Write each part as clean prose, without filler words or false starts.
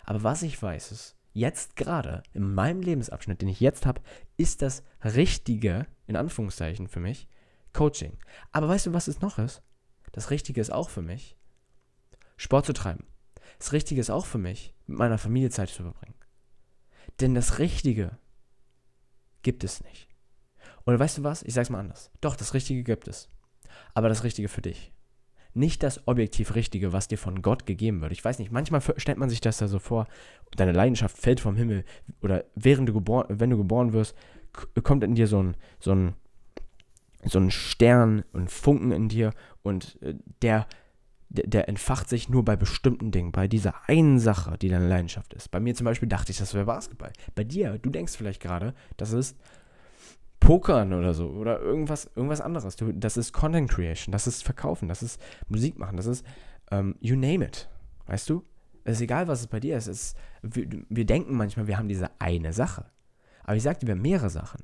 Aber was ich weiß ist, jetzt gerade, in meinem Lebensabschnitt, den ich jetzt habe, ist das Richtige, in Anführungszeichen für mich, Coaching. Aber weißt du, was es noch ist? Das Richtige ist auch für mich, Sport zu treiben. Das Richtige ist auch für mich, mit meiner Familie Zeit zu verbringen. Denn das Richtige gibt es nicht. Oder weißt du was? Ich sag's mal anders. Doch, das Richtige gibt es. Aber das Richtige für dich. Nicht das objektiv Richtige, was dir von Gott gegeben wird. Ich weiß nicht, manchmal stellt man sich das da so vor, deine Leidenschaft fällt vom Himmel oder wenn du geboren wirst, kommt in dir so ein Stern, ein Funken in dir und der entfacht sich nur bei bestimmten Dingen, bei dieser einen Sache, die deine Leidenschaft ist. Bei mir zum Beispiel dachte ich, das wäre Basketball. Bei dir, du denkst vielleicht gerade, das ist Pokern oder so oder irgendwas anderes. Das ist Content Creation, das ist Verkaufen, das ist Musik machen, das ist you name it. Weißt du? Es ist egal, was es bei dir ist. Wir denken manchmal, wir haben diese eine Sache. Aber ich sagte, wir haben mehrere Sachen.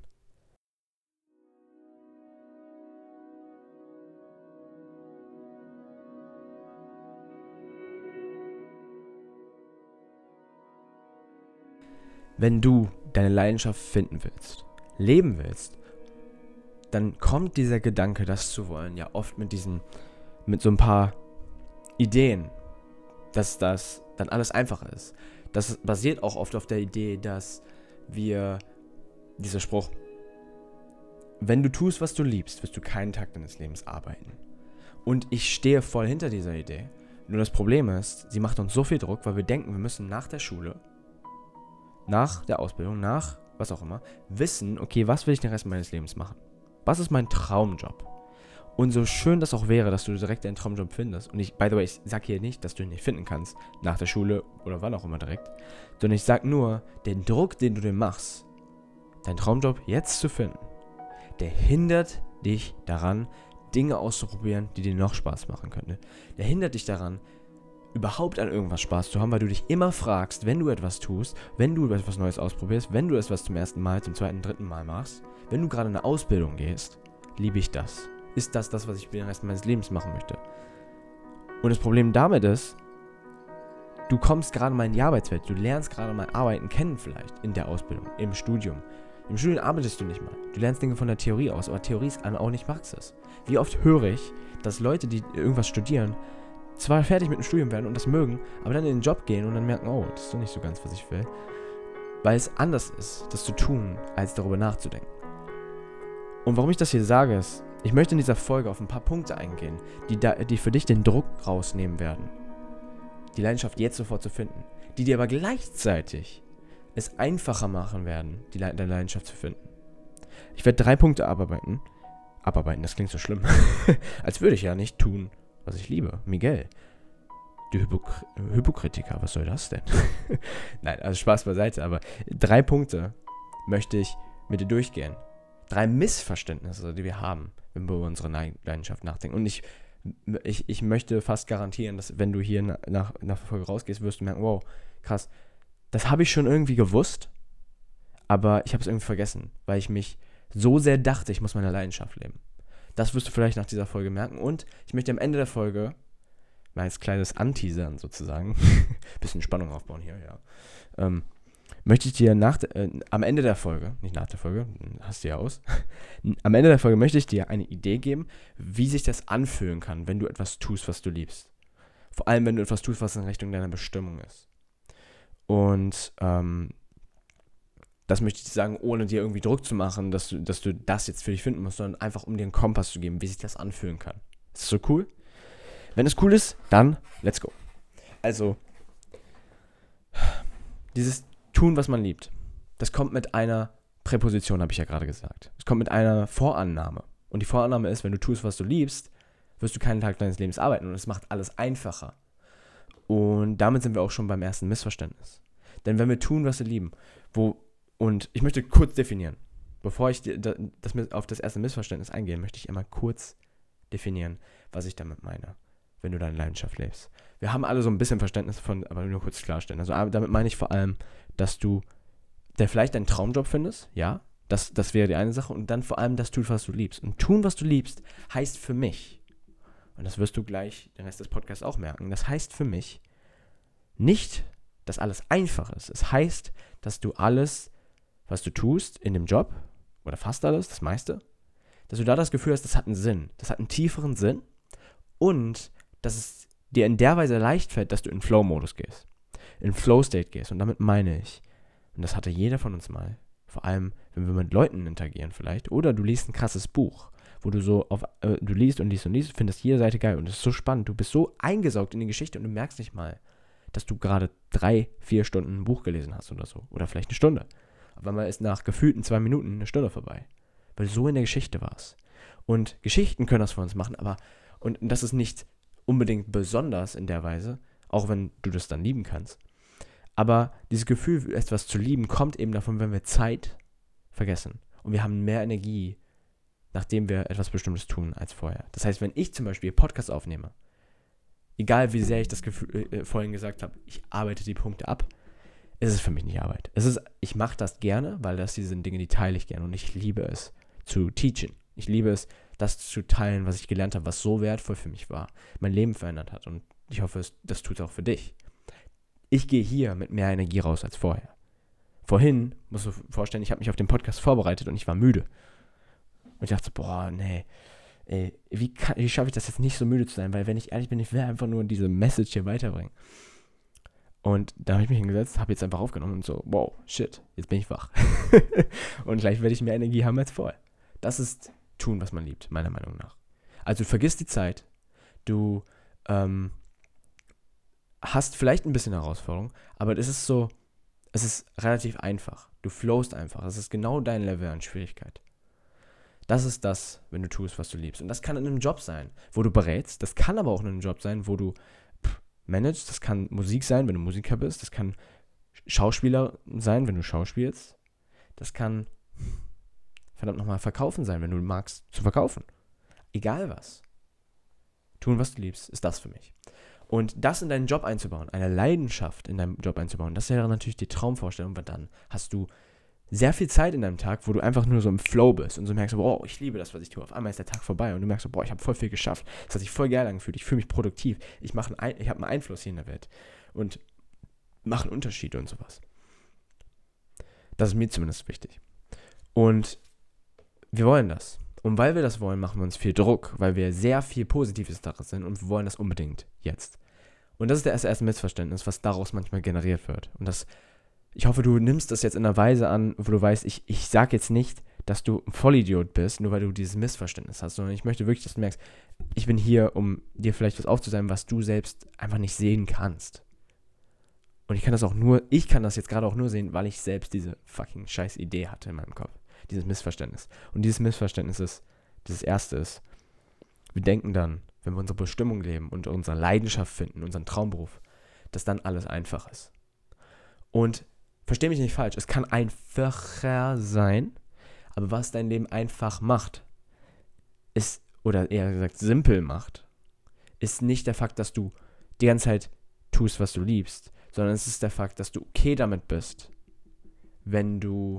Wenn du deine Leidenschaft finden willst, leben willst, dann kommt dieser Gedanke, das zu wollen, ja oft mit so ein paar Ideen, dass das dann alles einfacher ist. Das basiert auch oft auf der Idee, dass dieser Spruch, wenn du tust, was du liebst, wirst du keinen Tag deines Lebens arbeiten. Und ich stehe voll hinter dieser Idee. Nur das Problem ist, sie macht uns so viel Druck, weil wir denken, wir müssen nach der Schule, nach der Ausbildung, nach was auch immer, wissen, okay, was will ich den Rest meines Lebens machen? Was ist mein Traumjob? Und so schön das auch wäre, dass du direkt deinen Traumjob findest, und by the way, ich sag hier nicht, dass du ihn nicht finden kannst, nach der Schule oder wann auch immer direkt, sondern ich sag nur, den Druck, den du dir machst, deinen Traumjob jetzt zu finden, der hindert dich daran, Dinge auszuprobieren, die dir noch Spaß machen könnten. Der hindert dich daran, überhaupt an irgendwas Spaß zu haben, weil du dich immer fragst, wenn du etwas tust, wenn du etwas Neues ausprobierst, wenn du etwas zum ersten Mal, zum zweiten, dritten Mal machst, wenn du gerade in eine Ausbildung gehst, liebe ich das? Ist das, was ich für den Rest meines Lebens machen möchte? Und das Problem damit ist, du kommst gerade mal in die Arbeitswelt, du lernst gerade mal Arbeiten kennen vielleicht, in der Ausbildung, im Studium. Im Studium arbeitest du nicht mal. Du lernst Dinge von der Theorie aus, aber Theorie ist auch nicht Praxis. Wie oft höre ich, dass Leute, die irgendwas studieren, zwar fertig mit dem Studium werden und das mögen, aber dann in den Job gehen und dann merken, oh, das ist doch nicht so ganz, was ich will. Weil es anders ist, das zu tun, als darüber nachzudenken. Und warum ich das hier sage, ist, ich möchte in dieser Folge auf ein paar Punkte eingehen, die für dich den Druck rausnehmen werden, die Leidenschaft jetzt sofort zu finden, die dir aber gleichzeitig es einfacher machen werden, deine Leidenschaft zu finden. Ich werde 3 Punkte abarbeiten, das klingt so schlimm, als würde ich ja nicht tun, was ich liebe. Miguel, du Hypokritiker, was soll das denn? Nein, also Spaß beiseite, aber 3 Punkte möchte ich mit dir durchgehen. 3 Missverständnisse, die wir haben, wenn wir über unsere Leidenschaft nachdenken. Und ich möchte fast garantieren, dass wenn du hier nach der Folge rausgehst, wirst du merken, wow, krass, das habe ich schon irgendwie gewusst, aber ich habe es irgendwie vergessen, weil ich mich so sehr dachte, ich muss meine Leidenschaft leben. Das wirst du vielleicht nach dieser Folge merken. Und ich möchte am Ende der Folge, mal als kleines Anteasern sozusagen, bisschen Spannung aufbauen hier, ja, möchte ich dir am Ende der Folge, nicht nach der Folge, hast du ja aus, am Ende der Folge möchte ich dir eine Idee geben, wie sich das anfühlen kann, wenn du etwas tust, was du liebst. Vor allem, wenn du etwas tust, was in Richtung deiner Bestimmung ist. Und das möchte ich dir sagen, ohne dir irgendwie Druck zu machen, dass du das jetzt für dich finden musst, sondern einfach, um dir einen Kompass zu geben, wie sich das anfühlen kann. Ist das so cool? Wenn es cool ist, dann let's go. Also, dieses Tun, was man liebt, das kommt mit einer Präposition, habe ich ja gerade gesagt. Es kommt mit einer Vorannahme. Und die Vorannahme ist, wenn du tust, was du liebst, wirst du keinen Tag deines Lebens arbeiten. Und es macht alles einfacher. Und damit sind wir auch schon beim ersten Missverständnis. Denn wenn wir tun, was wir lieben, und ich möchte kurz definieren, bevor ich auf das erste Missverständnis eingehe, möchte ich einmal kurz definieren, was ich damit meine, wenn du deine Leidenschaft lebst. Wir haben alle so ein bisschen Verständnis davon, aber nur kurz klarstellen. Also damit meine ich vor allem, dass du vielleicht deinen Traumjob findest, ja, das wäre die eine Sache, und dann vor allem das tun, was du liebst. Und tun, was du liebst, heißt für mich, und das wirst du gleich den Rest des Podcasts auch merken, das heißt für mich, nicht dass alles einfach ist. Es heißt, dass du alles, was du tust in dem Job, oder fast alles, das meiste, dass du da das Gefühl hast, das hat einen Sinn. Das hat einen tieferen Sinn und dass es dir in der Weise leicht fällt, dass du in Flow-Modus gehst. In Flow-State gehst. Und damit meine ich, und das hatte jeder von uns mal, vor allem, wenn wir mit Leuten interagieren vielleicht, oder du liest ein krasses Buch, wo du so du liest und liest und liest, findest jede Seite geil und es ist so spannend, du bist so eingesaugt in die Geschichte und du merkst nicht mal, dass du gerade 3-4 Stunden ein Buch gelesen hast oder so, oder vielleicht eine Stunde. Aber mal ist nach gefühlten 2 Minuten eine Stunde vorbei, weil du so in der Geschichte warst. Und Geschichten können das für uns machen, und das ist nicht unbedingt besonders in der Weise, auch wenn du das dann lieben kannst. Aber dieses Gefühl, etwas zu lieben, kommt eben davon, wenn wir Zeit vergessen. Und wir haben mehr Energie, nachdem wir etwas Bestimmtes tun, als vorher. Das heißt, wenn ich zum Beispiel Podcast aufnehme, egal wie sehr ich das Gefühl, vorhin gesagt habe, ich arbeite die Punkte ab, ist es für mich nicht Arbeit. Ich mache das gerne, weil das hier sind Dinge, die teile ich gerne. Und ich liebe es zu teachen. Ich liebe es, das zu teilen, was ich gelernt habe, was so wertvoll für mich war, mein Leben verändert hat. Und ich hoffe, das tut es auch für dich. Ich gehe hier mit mehr Energie raus als vorher. Vorhin, musst du dir vorstellen, ich habe mich auf den Podcast vorbereitet und ich war müde. Und ich dachte so, boah, nee, ey, wie schaffe ich das jetzt nicht so müde zu sein? Weil wenn ich ehrlich bin, ich will einfach nur diese Message hier weiterbringen. Und da habe ich mich hingesetzt, habe jetzt einfach aufgenommen und so, wow, shit, jetzt bin ich wach. Und gleich werde ich mehr Energie haben als vorher. Das ist tun, was man liebt, meiner Meinung nach. Also du vergisst die Zeit, du hast vielleicht ein bisschen Herausforderung, aber es ist relativ einfach. Du flowst einfach. Es ist genau dein Level an Schwierigkeit. Das ist das, wenn du tust, was du liebst. Und das kann in einem Job sein, wo du berätst. Das kann aber auch in einem Job sein, wo du managst. Das kann Musik sein, wenn du Musiker bist. Das kann Schauspieler sein, wenn du schauspielst. Das kann, verdammt nochmal, Verkaufen sein, wenn du magst zu verkaufen. Egal was. Tun, was du liebst, ist das für mich. Und das in deinen Job einzubauen, eine Leidenschaft in deinem Job einzubauen, das wäre natürlich die Traumvorstellung, weil dann hast du sehr viel Zeit in deinem Tag, wo du einfach nur so im Flow bist und so merkst, wow, ich liebe das, was ich tue. Auf einmal ist der Tag vorbei und du merkst, boah, ich habe voll viel geschafft. Das hat sich voll geil angefühlt. Ich fühle mich produktiv. Ich habe einen Einfluss hier in der Welt und mache einen Unterschied und sowas. Das ist mir zumindest wichtig. Und wir wollen das. Und weil wir das wollen, machen wir uns viel Druck, weil wir sehr viel Positives daran sind und wir wollen das unbedingt jetzt. Und das ist das erste Missverständnis, was daraus manchmal generiert wird. Und ich hoffe, du nimmst das jetzt in einer Weise an, wo du weißt, ich sage jetzt nicht, dass du ein Vollidiot bist, nur weil du dieses Missverständnis hast, sondern ich möchte wirklich, dass du merkst, ich bin hier, um dir vielleicht was aufzuzeigen, was du selbst einfach nicht sehen kannst. Und ich kann das jetzt gerade auch nur sehen, weil ich selbst diese fucking scheiß Idee hatte in meinem Kopf. Dieses Missverständnis. Und dieses Missverständnis das erste ist, wir denken dann, wenn wir unsere Bestimmung leben und unsere Leidenschaft finden, unseren Traumberuf, dass dann alles einfach ist. Und versteh mich nicht falsch, es kann einfacher sein, aber was dein Leben einfach macht, oder eher gesagt simpel macht, ist nicht der Fakt, dass du die ganze Zeit tust, was du liebst, sondern es ist der Fakt, dass du okay damit bist, wenn du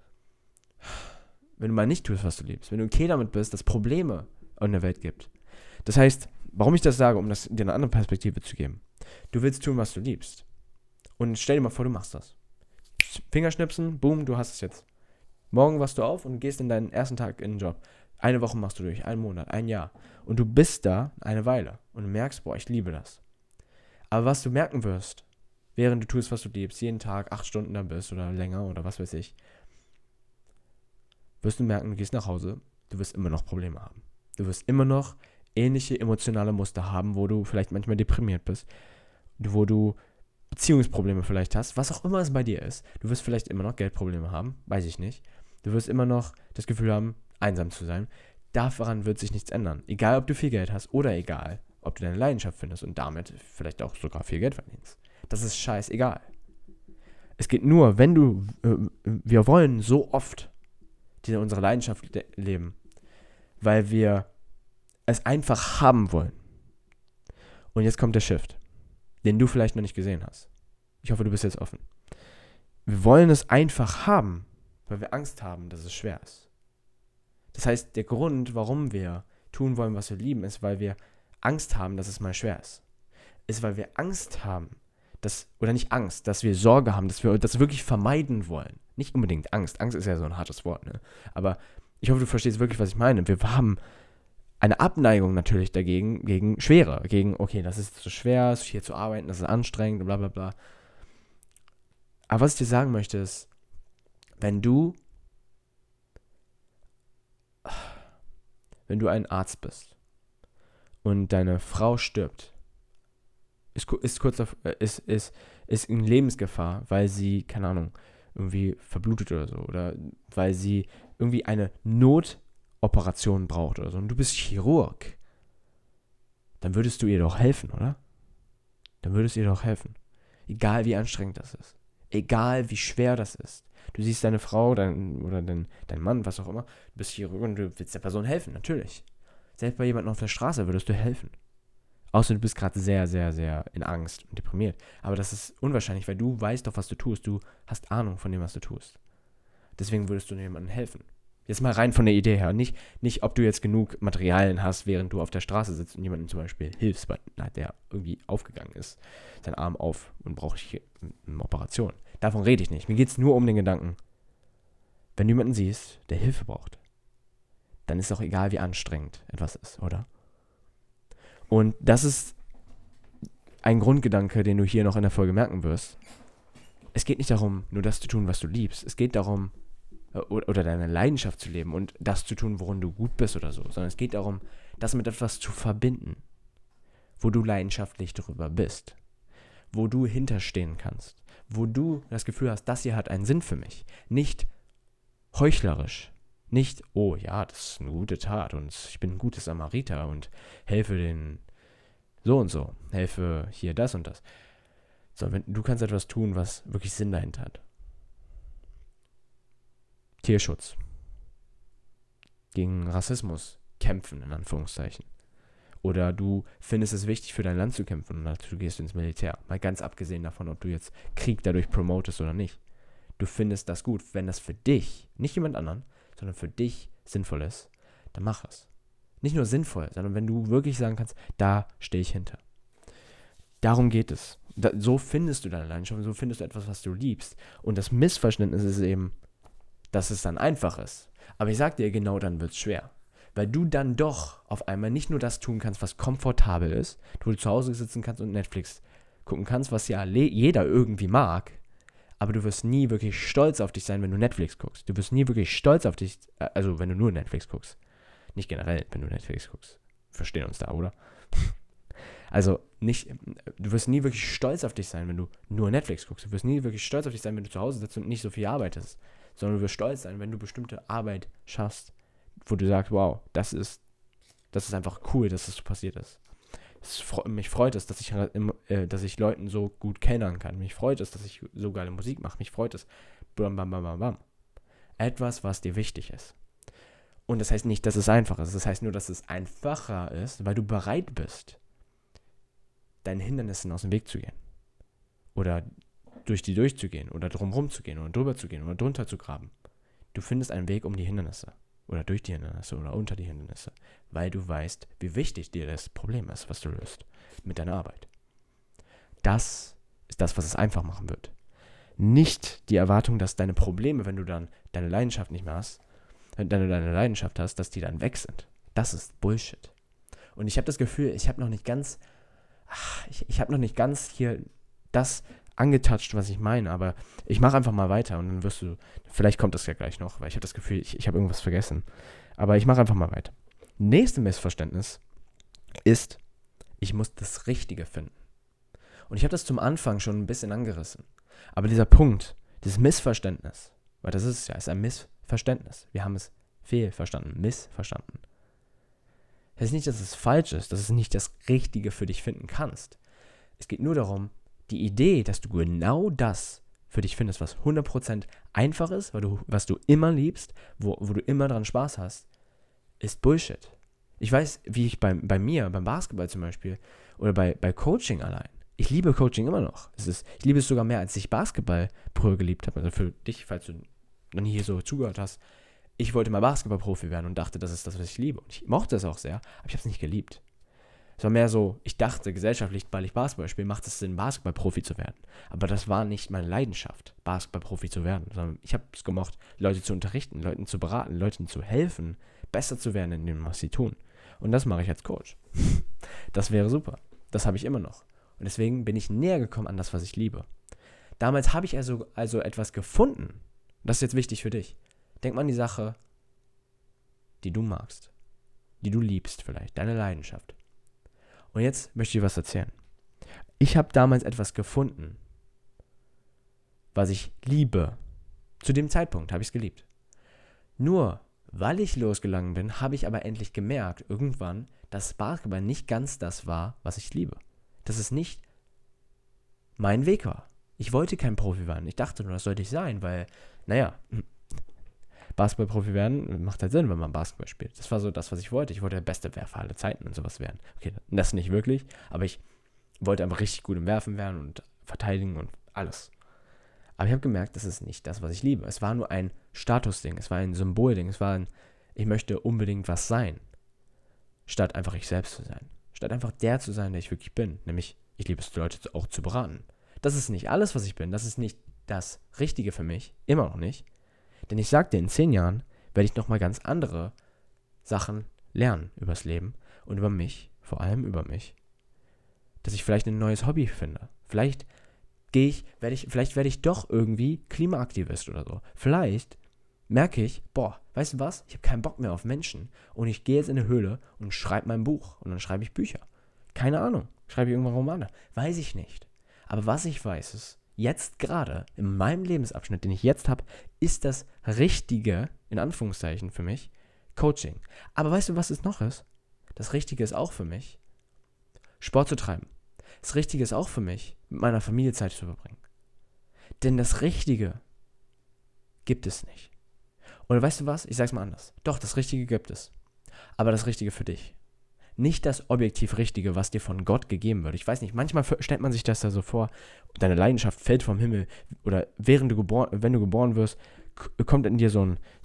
mal nicht tust, was du liebst, wenn du okay damit bist, dass Probleme in der Welt gibt. Das heißt, warum ich das sage, um dir eine andere Perspektive zu geben. Du willst tun, was du liebst. Und stell dir mal vor, du machst das. Fingerschnipsen, boom, du hast es jetzt. Morgen wachst du auf und gehst in deinen ersten Tag in den Job. 1 Woche machst du durch, 1 Monat, 1 Jahr. Und du bist da eine Weile. Und du merkst, boah, ich liebe das. Aber was du merken wirst, während du tust, was du liebst, jeden Tag 8 Stunden da bist oder länger oder was weiß ich, wirst du merken, du gehst nach Hause, du wirst immer noch Probleme haben. Du wirst immer noch ähnliche emotionale Muster haben, wo du vielleicht manchmal deprimiert bist, wo du Beziehungsprobleme vielleicht hast, was auch immer es bei dir ist. Du wirst vielleicht immer noch Geldprobleme haben, weiß ich nicht. Du wirst immer noch das Gefühl haben, einsam zu sein. Daran wird sich nichts ändern. Egal, ob du viel Geld hast oder egal, ob du deine Leidenschaft findest und damit vielleicht auch sogar viel Geld verdienst. Das ist scheißegal. Es geht nur, wenn wir wollen so oft unsere Leidenschaft leben, weil wir es einfach haben wollen. Und jetzt kommt der Shift, den du vielleicht noch nicht gesehen hast. Ich hoffe, du bist jetzt offen. Wir wollen es einfach haben, weil wir Angst haben, dass es schwer ist. Das heißt, der Grund, warum wir tun wollen, was wir lieben, ist, weil wir Angst haben, dass es mal schwer ist. Ist, weil wir Angst haben, oder nicht Angst, dass wir Sorge haben, dass wir das wirklich vermeiden wollen. Nicht unbedingt Angst. Angst ist ja so ein hartes Wort, ne? Aber ich hoffe, du verstehst wirklich, was ich meine. Wir haben eine Abneigung natürlich dagegen, gegen Schwere, gegen, okay, das ist so schwer, hier zu arbeiten, das ist anstrengend, bla bla bla. Aber was ich dir sagen möchte ist, wenn du ein Arzt bist und deine Frau stirbt, ist in Lebensgefahr, weil sie, keine Ahnung, irgendwie verblutet oder so, oder weil sie irgendwie eine Notoperation braucht oder so, und du bist Chirurg, dann würdest du ihr doch helfen, oder? Dann würdest du ihr doch helfen. Egal wie anstrengend das ist. Egal wie schwer das ist. Du siehst deine Frau oder dein Mann, was auch immer, du bist Chirurg und du willst der Person helfen, natürlich. Selbst bei jemandem auf der Straße würdest du helfen. Außer du bist gerade sehr, sehr, sehr in Angst und deprimiert. Aber das ist unwahrscheinlich, weil du weißt doch, was du tust. Du hast Ahnung von dem, was du tust. Deswegen würdest du jemandem helfen. Jetzt mal rein von der Idee her. Nicht, ob du jetzt genug Materialien hast, während du auf der Straße sitzt und jemandem zum Beispiel hilfst, der irgendwie aufgegangen ist, sein Arm auf und braucht hier eine Operation. Davon rede ich nicht. Mir geht es nur um den Gedanken, wenn du jemanden siehst, der Hilfe braucht, dann ist auch egal, wie anstrengend etwas ist, oder? Und das ist ein Grundgedanke, den du hier noch in der Folge merken wirst. Es geht nicht darum, nur das zu tun, was du liebst. Es geht darum, oder deine Leidenschaft zu leben und das zu tun, worin du gut bist oder so. Sondern es geht darum, das mit etwas zu verbinden, wo du leidenschaftlich darüber bist. Wo du hinterstehen kannst. Wo du das Gefühl hast, das hier hat einen Sinn für mich. Nicht heuchlerisch. Nicht, oh ja, das ist eine gute Tat und ich bin ein gutes Samariter und helfe den so und so, helfe hier das und das. Sondern du kannst etwas tun, was wirklich Sinn dahinter hat. Tierschutz. Gegen Rassismus kämpfen, in Anführungszeichen. Oder du findest es wichtig, für dein Land zu kämpfen und du gehst ins Militär. Mal ganz abgesehen davon, ob du jetzt Krieg dadurch promotest oder nicht. Du findest das gut, wenn das für dich, nicht jemand anderen, sondern für dich sinnvoll ist, dann mach es. Nicht nur sinnvoll, sondern wenn du wirklich sagen kannst, da stehe ich hinter. Darum geht es. So findest du deine Leidenschaft, so findest du etwas, was du liebst. Und das Missverständnis ist eben, dass es dann einfach ist. Aber ich sag dir, genau dann wird es schwer. Weil du dann doch auf einmal nicht nur das tun kannst, was komfortabel ist, wo du zu Hause sitzen kannst und Netflix gucken kannst, was ja jeder irgendwie mag, aber du wirst nie wirklich stolz auf dich sein, wenn du Netflix guckst. Du wirst nie wirklich stolz auf dich, also wenn du nur Netflix guckst. Nicht generell, wenn du Netflix guckst. Verstehen uns da, oder? Also du wirst nie wirklich stolz auf dich sein, wenn du nur Netflix guckst. Du wirst nie wirklich stolz auf dich sein, wenn du zu Hause sitzt und nicht so viel arbeitest. Sondern du wirst stolz sein, wenn du bestimmte Arbeit schaffst, wo du sagst, wow, das ist einfach cool, dass das so passiert ist. Mich freut es, dass ich Leuten so gut kennenlernen kann. Mich freut es, dass ich so geile Musik mache. Mich freut es. Bam, bam, bam, bam, bam. Etwas, was dir wichtig ist. Und das heißt nicht, dass es einfach ist. Das heißt nur, dass es einfacher ist, weil du bereit bist, deinen Hindernissen aus dem Weg zu gehen. Oder durch die durchzugehen. Oder drumherum zu gehen. Oder drüber zu gehen. Oder drunter zu graben. Du findest einen Weg um die Hindernisse. Oder durch die Hindernisse. Oder unter die Hindernisse. Weil du weißt, wie wichtig dir das Problem ist, was du löst. Mit deiner Arbeit. Das ist das, was es einfach machen wird. Nicht die Erwartung, dass deine Probleme, wenn du dann deine Leidenschaft nicht mehr hast, wenn du deine Leidenschaft hast, dass die dann weg sind. Das ist Bullshit. Und ich habe das Gefühl, ich habe noch nicht ganz hier das angetoucht, was ich meine, aber ich mache einfach mal weiter und dann wirst du, vielleicht kommt das ja gleich noch, weil ich habe das Gefühl, ich habe irgendwas vergessen. Aber ich mache einfach mal weiter. Nächste Missverständnis ist, ich muss das Richtige finden. Und ich habe das zum Anfang schon ein bisschen angerissen. Aber dieser Punkt, dieses Missverständnis, weil das ist es ja, ist ein Missverständnis. Wir haben es missverstanden. Das heißt nicht, dass es falsch ist, dass du nicht das Richtige für dich finden kannst. Es geht nur darum, die Idee, dass du genau das für dich findest, was 100% einfach ist, was du immer liebst, wo du immer dran Spaß hast, ist Bullshit. Ich weiß, wie ich beim Basketball zum Beispiel, oder bei Coaching allein, ich liebe Coaching immer noch. Ich liebe es sogar mehr, als ich Basketball früher geliebt habe. Also für dich, falls du noch nie hier so zugehört hast, ich wollte mal Basketballprofi werden und dachte, das ist das, was ich liebe. Und ich mochte es auch sehr, aber ich habe es nicht geliebt. Es war mehr so, ich dachte gesellschaftlich, weil ich Basketball spiele, macht es Sinn, Basketballprofi zu werden. Aber das war nicht meine Leidenschaft, Basketballprofi zu werden, sondern ich habe es gemocht, Leute zu unterrichten, Leuten zu beraten, Leuten zu helfen, besser zu werden in dem, was sie tun. Und das mache ich als Coach. Das wäre super. Das habe ich immer noch. Und deswegen bin ich näher gekommen an das, was ich liebe. Damals habe ich also etwas gefunden. Das ist jetzt wichtig für dich. Denk mal an die Sache, die du magst, die du liebst vielleicht, deine Leidenschaft. Und jetzt möchte ich dir was erzählen. Ich habe damals etwas gefunden, was ich liebe. Zu dem Zeitpunkt habe ich es geliebt. Nur, weil ich losgegangen bin, habe ich aber endlich gemerkt, irgendwann, dass Basketball nicht ganz das war, was ich liebe. Dass es nicht mein Weg war. Ich wollte kein Profi werden. Ich dachte nur, das sollte ich sein, weil, Basketballprofi werden macht halt Sinn, wenn man Basketball spielt. Das war so das, was ich wollte. Ich wollte der beste Werfer aller Zeiten und sowas werden. Okay, das nicht wirklich, aber ich wollte einfach richtig gut im Werfen werden und verteidigen und alles. Aber ich habe gemerkt, das ist nicht das, was ich liebe. Es war nur ein Statusding, es war ein Symbolding, es war ich möchte unbedingt was sein, statt einfach ich selbst zu sein. Statt einfach der zu sein, der ich wirklich bin. Nämlich, ich liebe es, Leute auch zu beraten. Das ist nicht alles, was ich bin. Das ist nicht das Richtige für mich. Immer noch nicht. Denn ich sag dir, in 10 Jahren werde ich nochmal ganz andere Sachen lernen übers Leben und über mich, vor allem über mich. Dass ich vielleicht ein neues Hobby finde. Vielleicht werde ich doch irgendwie Klimaaktivist oder so. Vielleicht merke ich, weißt du was? Ich habe keinen Bock mehr auf Menschen und ich gehe jetzt in eine Höhle und schreibe mein Buch und dann schreibe ich Bücher. Keine Ahnung. Schreibe ich irgendwann Romane. Weiß ich nicht. Aber was ich weiß ist, jetzt gerade, in meinem Lebensabschnitt, den ich jetzt habe, ist das Richtige, in Anführungszeichen für mich, Coaching. Aber weißt du, was es noch ist? Das Richtige ist auch für mich, Sport zu treiben. Das Richtige ist auch für mich, mit meiner Familie Zeit zu verbringen. Denn das Richtige gibt es nicht. Oder weißt du was? Ich sag's mal anders. Doch, das Richtige gibt es. Aber das Richtige für dich. Nicht das objektiv Richtige, was dir von Gott gegeben wird. Ich weiß nicht, manchmal stellt man sich das da so vor, deine Leidenschaft fällt vom Himmel oder wenn du geboren wirst, kommt in dir so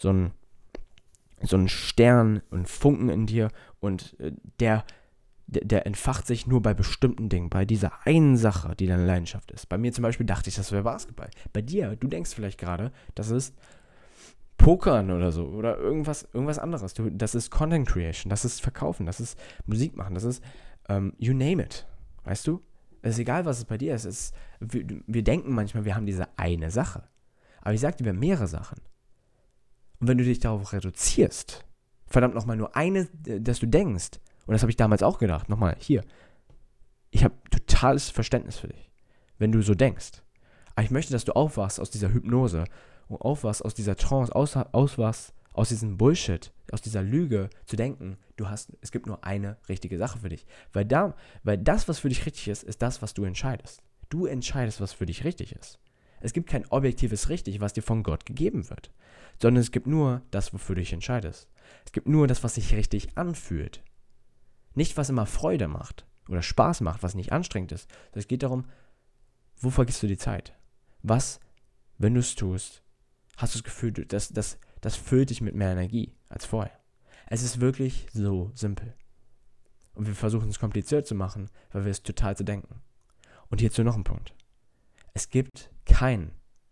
ein Stern und Funken in dir und der entfacht sich nur bei bestimmten Dingen, bei dieser einen Sache, die deine Leidenschaft ist. Bei mir zum Beispiel dachte ich, das wäre Basketball. Bei dir, du denkst vielleicht gerade, das ist Pokern oder so oder irgendwas anderes. Das ist Content Creation, das ist Verkaufen, das ist Musik machen, das ist you name it, weißt du? Es ist egal, was es bei dir ist. Wir denken manchmal, wir haben diese eine Sache. Aber ich sag dir, wir haben mehrere Sachen. Und wenn du dich darauf reduzierst, verdammt nochmal nur eine, dass du denkst, und das habe ich damals auch gedacht, nochmal, hier, ich habe totales Verständnis für dich, wenn du so denkst. Aber ich möchte, dass du aufwachst aus dieser Hypnose und aufwachst aus dieser Trance, aufwachst aus diesem Bullshit, aus dieser Lüge zu denken, es gibt nur eine richtige Sache für dich. Weil das, was für dich richtig ist das, was du entscheidest. Du entscheidest, was für dich richtig ist. Es gibt kein objektives Richtig, was dir von Gott gegeben wird, sondern es gibt nur das, wofür du dich entscheidest. Es gibt nur das, was sich richtig anfühlt. Nicht, was immer Freude macht oder Spaß macht, was nicht anstrengend ist. Es geht darum, wo vergisst du die Zeit? Was, wenn du es tust, hast du das Gefühl, das füllt dich mit mehr Energie als vorher. Es ist wirklich so simpel. Und wir versuchen es kompliziert zu machen, weil wir es total zu denken. Und hierzu noch ein Punkt. Es gibt keinen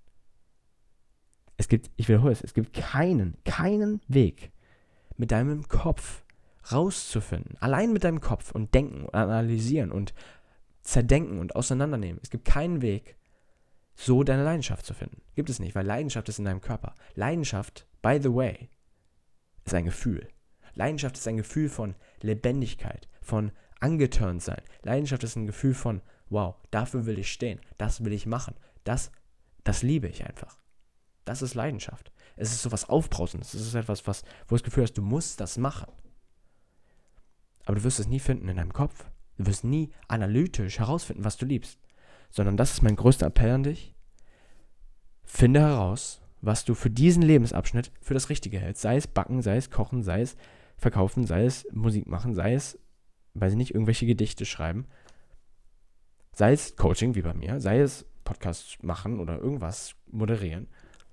Weg, mit deinem Kopf rauszufinden. Allein mit deinem Kopf und denken und analysieren und zerdenken und auseinandernehmen. Es gibt keinen Weg, so deine Leidenschaft zu finden. Gibt es nicht, weil Leidenschaft ist in deinem Körper. Leidenschaft, by the way, ist ein Gefühl. Leidenschaft ist ein Gefühl von Lebendigkeit, von angeturnt sein. Leidenschaft ist ein Gefühl von, wow, dafür will ich stehen, das will ich machen, das liebe ich einfach. Das ist Leidenschaft. Es ist sowas Aufbrausendes. Es ist etwas, wo du das Gefühl hast, du musst das machen. Aber du wirst es nie finden in deinem Kopf. Du wirst nie analytisch herausfinden, was du liebst. Sondern das ist mein größter Appell an dich. Finde heraus, was du für diesen Lebensabschnitt für das Richtige hältst. Sei es Backen, sei es Kochen, sei es Verkaufen, sei es Musik machen, sei es, weiß ich nicht, irgendwelche Gedichte schreiben. Sei es Coaching wie bei mir, sei es Podcast machen oder irgendwas moderieren.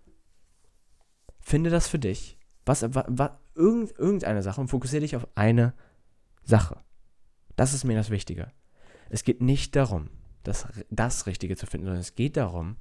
Finde das für dich, irgendeine Sache und fokussiere dich auf eine Sache. Das ist mir das Wichtige. Es geht nicht darum, das Richtige zu finden, sondern es geht darum,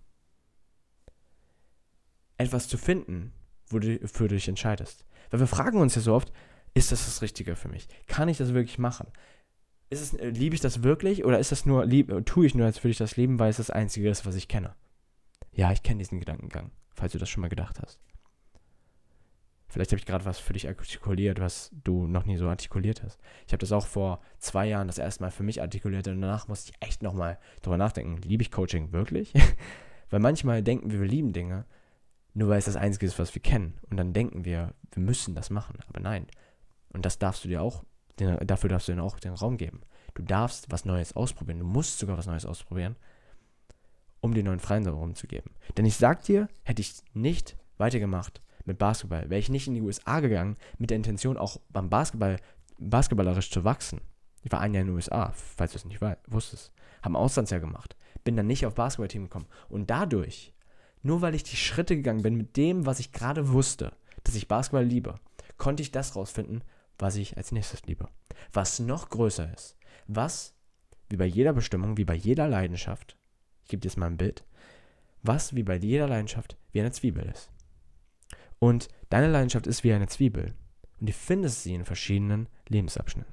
etwas zu finden, wofür du dich entscheidest. Weil wir fragen uns ja so oft, ist das Richtige für mich? Kann ich das wirklich machen? Liebe ich das wirklich oder ist das nur, tue ich nur, als würde ich das lieben, weil es das Einzige ist, was ich kenne? Ja, ich kenne diesen Gedankengang, falls du das schon mal gedacht hast. Vielleicht habe ich gerade was für dich artikuliert, was du noch nie so artikuliert hast. Ich habe das auch vor 2 Jahren das erste Mal für mich artikuliert und danach musste ich echt nochmal drüber nachdenken. Liebe ich Coaching wirklich? Weil manchmal denken wir lieben Dinge, nur weil es das Einzige ist, was wir kennen. Und dann denken wir müssen das machen. Aber nein. Und das darfst du dir auch, dafür darfst du dir auch den Raum geben. Du darfst was Neues ausprobieren. Du musst sogar was Neues ausprobieren, um dir neuen Freiraum zu geben. Denn ich sag dir, hätte ich nicht weitergemacht mit Basketball, wäre ich nicht in die USA gegangen, mit der Intention auch beim basketballerisch zu wachsen. Ich war 1 Jahr in den USA, falls du es nicht wusstest. Habe ein Auslandsjahr gemacht. Bin dann nicht auf Basketballteam gekommen. Und dadurch, nur weil ich die Schritte gegangen bin mit dem, was ich gerade wusste, dass ich Basketball liebe, konnte ich das rausfinden, was ich als nächstes liebe. Was noch größer ist. Was, wie bei jeder Bestimmung, wie bei jeder Leidenschaft, ich gebe dir jetzt mal ein Bild, was wie bei jeder Leidenschaft wie eine Zwiebel ist. Und deine Leidenschaft ist wie eine Zwiebel. Und du findest sie in verschiedenen Lebensabschnitten.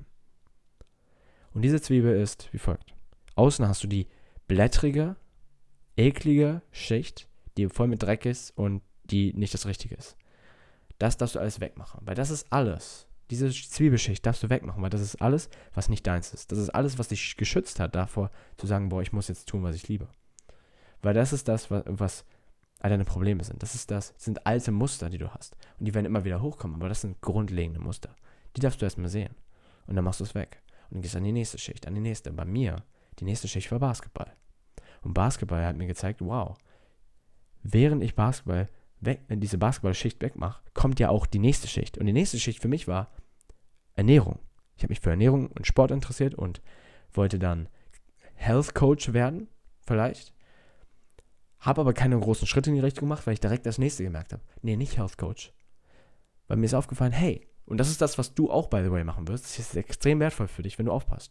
Und diese Zwiebel ist wie folgt. Außen hast du die blättrige, eklige Schicht, die voll mit Dreck ist und die nicht das Richtige ist. Das darfst du alles wegmachen, weil das ist alles. Diese Zwiebelschicht darfst du wegmachen, weil das ist alles, was nicht deins ist. Das ist alles, was dich geschützt hat davor, zu sagen, boah, ich muss jetzt tun, was ich liebe. Weil das ist das, was all deine Probleme sind. Das sind alte Muster, die du hast. Und die werden immer wieder hochkommen, aber das sind grundlegende Muster. Die darfst du erstmal sehen. Und dann machst du es weg. Und dann gehst du an die nächste Schicht, an die nächste. Bei mir, die nächste Schicht war Basketball. Und Basketball hat mir gezeigt, wow, während ich diese Basketballschicht wegmache, kommt ja auch die nächste Schicht. Und die nächste Schicht für mich war Ernährung. Ich habe mich für Ernährung und Sport interessiert und wollte dann Health Coach werden, vielleicht. Habe aber keine großen Schritte in die Richtung gemacht, weil ich direkt das nächste gemerkt habe. Nee, nicht Health Coach. Weil mir ist aufgefallen, hey, und das ist das, was du auch, by the way, machen wirst. Das ist extrem wertvoll für dich, wenn du aufpasst.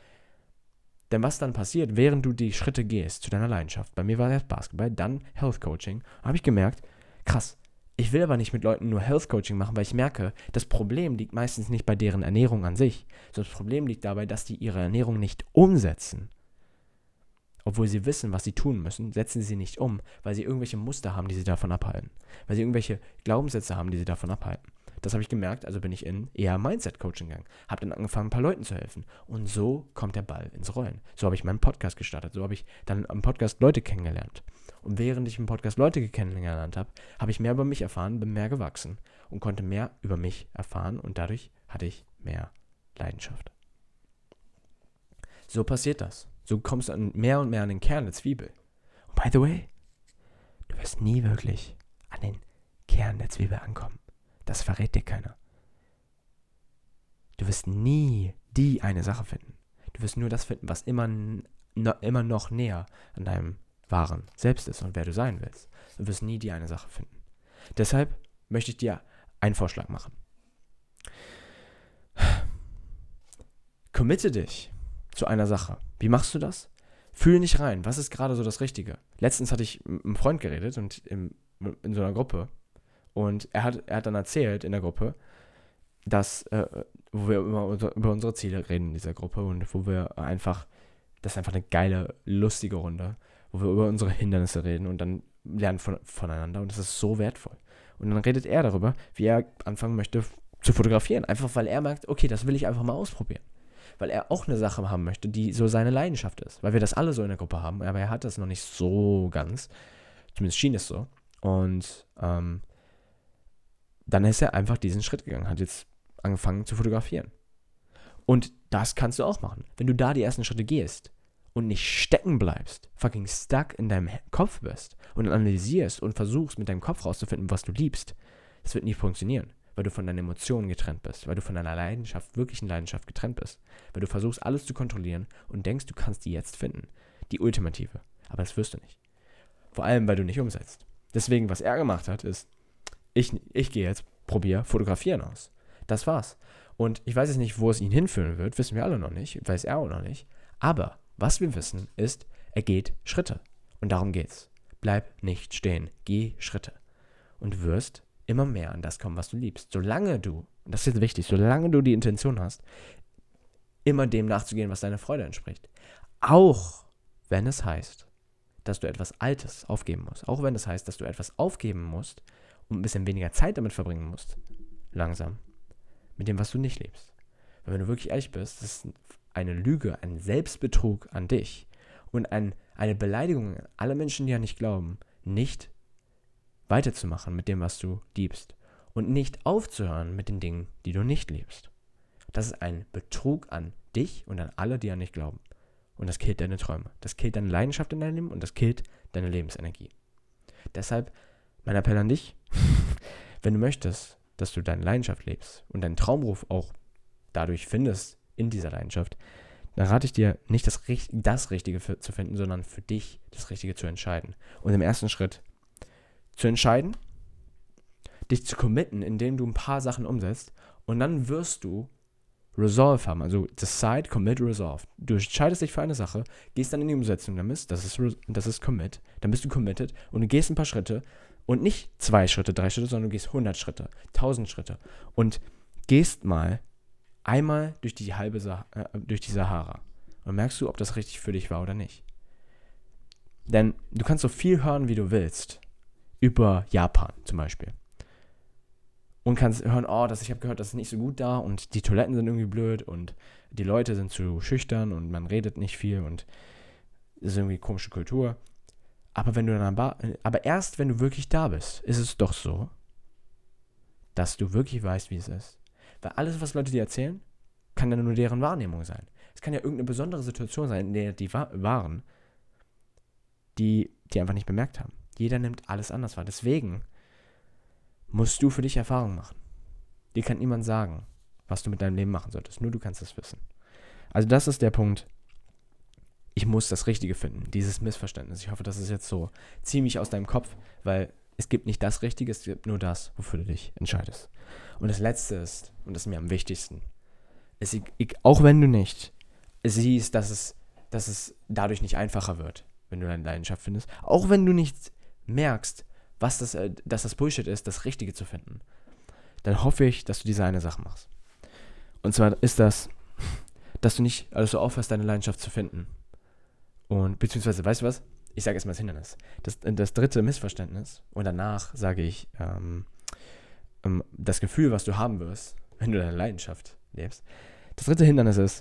Denn was dann passiert, während du die Schritte gehst zu deiner Leidenschaft, bei mir war erst Basketball, dann Health Coaching, habe ich gemerkt, krass, ich will aber nicht mit Leuten nur Health Coaching machen, weil ich merke, das Problem liegt meistens nicht bei deren Ernährung an sich, sondern das Problem liegt dabei, dass die ihre Ernährung nicht umsetzen. Obwohl sie wissen, was sie tun müssen, setzen sie nicht um, weil sie irgendwelche Muster haben, die sie davon abhalten. Weil sie irgendwelche Glaubenssätze haben, die sie davon abhalten. Das habe ich gemerkt, also bin ich in eher Mindset-Coaching gegangen. Habe dann angefangen, ein paar Leuten zu helfen. Und so kommt der Ball ins Rollen. So habe ich meinen Podcast gestartet. So habe ich dann am Podcast Leute kennengelernt. Und während ich im Podcast Leute kennengelernt habe, habe ich mehr über mich erfahren, bin mehr gewachsen und konnte mehr über mich erfahren. Und dadurch hatte ich mehr Leidenschaft. So passiert das. So kommst du mehr und mehr an den Kern der Zwiebel. Und by the way, du wirst nie wirklich an den Kern der Zwiebel ankommen. Das verrät dir keiner. Du wirst nie die eine Sache finden. Du wirst nur das finden, was immer noch näher an deinem wahren Selbst ist und wer du sein willst. Du wirst nie die eine Sache finden. Deshalb möchte ich dir einen Vorschlag machen. Committe dich zu einer Sache. Wie machst du das? Fühl nicht rein. Was ist gerade so das Richtige? Letztens hatte ich mit einem Freund geredet und in so einer Gruppe. Und er hat dann erzählt in der Gruppe, dass, wo wir über unsere Ziele reden in dieser Gruppe und wo wir das ist einfach eine geile, lustige Runde, wo wir über unsere Hindernisse reden und dann lernen voneinander und das ist so wertvoll. Und dann redet er darüber, wie er anfangen möchte zu fotografieren, einfach weil er merkt, okay, das will ich einfach mal ausprobieren. Weil er auch eine Sache haben möchte, die so seine Leidenschaft ist. Weil wir das alle so in der Gruppe haben, aber er hat das noch nicht so ganz. Zumindest schien es so. Und dann ist er einfach diesen Schritt gegangen, hat jetzt angefangen zu fotografieren. Und das kannst du auch machen. Wenn du da die ersten Schritte gehst und nicht stecken bleibst, fucking stuck in deinem Kopf bist und analysierst und versuchst mit deinem Kopf rauszufinden, was du liebst, das wird nie funktionieren, weil du von deinen Emotionen getrennt bist, weil du von deiner Leidenschaft, wirklichen Leidenschaft getrennt bist, weil du versuchst, alles zu kontrollieren und denkst, du kannst die jetzt finden, die ultimative, aber das wirst du nicht. Vor allem, weil du nicht umsetzt. Deswegen, was er gemacht hat, ist, ich gehe jetzt, probiere Fotografieren aus. Das war's. Und ich weiß jetzt nicht, wo es ihn hinführen wird, wissen wir alle noch nicht, weiß er auch noch nicht. Aber was wir wissen ist, er geht Schritte. Und darum geht's. Bleib nicht stehen, geh Schritte. Und du wirst immer mehr an das kommen, was du liebst. Solange du, und das ist jetzt wichtig, solange du die Intention hast, immer dem nachzugehen, was deiner Freude entspricht. Auch wenn es heißt, dass du etwas Altes aufgeben musst. Auch wenn es heißt, dass du etwas aufgeben musst und ein bisschen weniger Zeit damit verbringen musst. Langsam. Mit dem, was du nicht liebst. Weil wenn du wirklich ehrlich bist, das ist eine Lüge, ein Selbstbetrug an dich und eine Beleidigung an alle Menschen, die an dich glauben, nicht weiterzumachen mit dem, was du liebst und nicht aufzuhören mit den Dingen, die du nicht liebst. Das ist ein Betrug an dich und an alle, die an dich glauben. Und das killt deine Träume. Das killt deine Leidenschaft in deinem Leben und das killt deine Lebensenergie. Deshalb mein Appell an dich, wenn du möchtest, dass du deine Leidenschaft lebst und deinen Traumberuf auch dadurch findest in dieser Leidenschaft, dann rate ich dir, nicht das Richtige zu finden, sondern für dich das Richtige zu entscheiden. Und im ersten Schritt zu entscheiden, dich zu committen, indem du ein paar Sachen umsetzt und dann wirst du Resolve haben, also decide, commit, resolve. Du entscheidest dich für eine Sache, gehst dann in die Umsetzung damit, das ist commit, dann bist du committed und du gehst ein paar Schritte und nicht 2 Schritte, 3 Schritte, sondern du gehst 100 Schritte, 1000 Schritte und gehst mal einmal durch die Sahara und merkst du, ob das richtig für dich war oder nicht. Denn du kannst so viel hören, wie du willst, über Japan zum Beispiel. Und kannst hören, ich habe gehört, das ist nicht so gut da und die Toiletten sind irgendwie blöd und die Leute sind zu schüchtern und man redet nicht viel und es ist irgendwie komische Kultur. Aber erst wenn du wirklich da bist, ist es doch so, dass du wirklich weißt, wie es ist. Weil alles, was Leute dir erzählen, kann dann nur deren Wahrnehmung sein. Es kann ja irgendeine besondere Situation sein, in der die waren, die einfach nicht bemerkt haben. Jeder nimmt alles anders wahr. Deswegen musst du für dich Erfahrung machen. Dir kann niemand sagen, was du mit deinem Leben machen solltest. Nur du kannst es wissen. Also das ist der Punkt. Ich muss das Richtige finden. Dieses Missverständnis. Ich hoffe, das ist jetzt so ziemlich aus deinem Kopf, weil es gibt nicht das Richtige, es gibt nur das, wofür du dich entscheidest. Und das Letzte ist, und das ist mir am wichtigsten, auch wenn du nicht siehst, dass es dadurch nicht einfacher wird, wenn du deine Leidenschaft findest, auch wenn du nicht merkst, dass das Bullshit ist, das Richtige zu finden, dann hoffe ich, dass du diese eine Sache machst. Und zwar ist das, dass du aufhörst, deine Leidenschaft zu finden. Und beziehungsweise, weißt du was? Ich sage erstmal das Hindernis. Das dritte Missverständnis, und danach sage ich das Gefühl, was du haben wirst, wenn du deine Leidenschaft lebst. Das dritte Hindernis ist,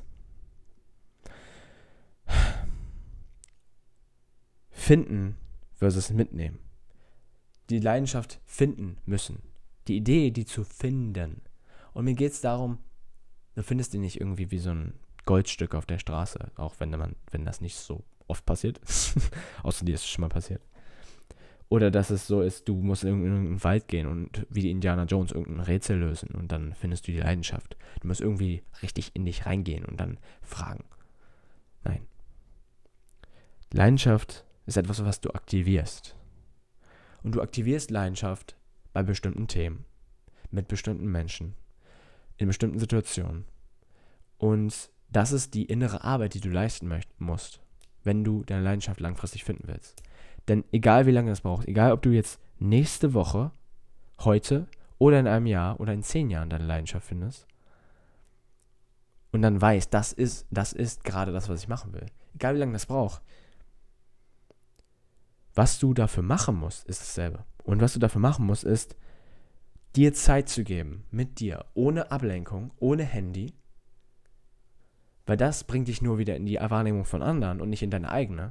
finden versus mitnehmen. Die Leidenschaft finden müssen. Die Idee, die zu finden. Und mir geht es darum, du findest die nicht irgendwie wie so ein Goldstück auf der Straße, auch wenn das nicht so oft passiert. Außer dir ist es schon mal passiert. Oder dass es so ist, du musst in irgendeinen Wald gehen und wie die Indiana Jones irgendein Rätsel lösen und dann findest du die Leidenschaft. Du musst irgendwie richtig in dich reingehen und dann fragen. Nein. Leidenschaft ist etwas, was du aktivierst. Und du aktivierst Leidenschaft bei bestimmten Themen, mit bestimmten Menschen, in bestimmten Situationen. Und das ist die innere Arbeit, die du leisten musst, wenn du deine Leidenschaft langfristig finden willst. Denn egal wie lange das braucht, egal ob du jetzt nächste Woche, heute oder in einem Jahr oder in 10 Jahren deine Leidenschaft findest und dann weißt, das ist gerade das, was ich machen will. Egal wie lange das braucht. Was du dafür machen musst, ist dasselbe. Und was du dafür machen musst, ist, dir Zeit zu geben, mit dir, ohne Ablenkung, ohne Handy, weil das bringt dich nur wieder in die Wahrnehmung von anderen und nicht in deine eigene.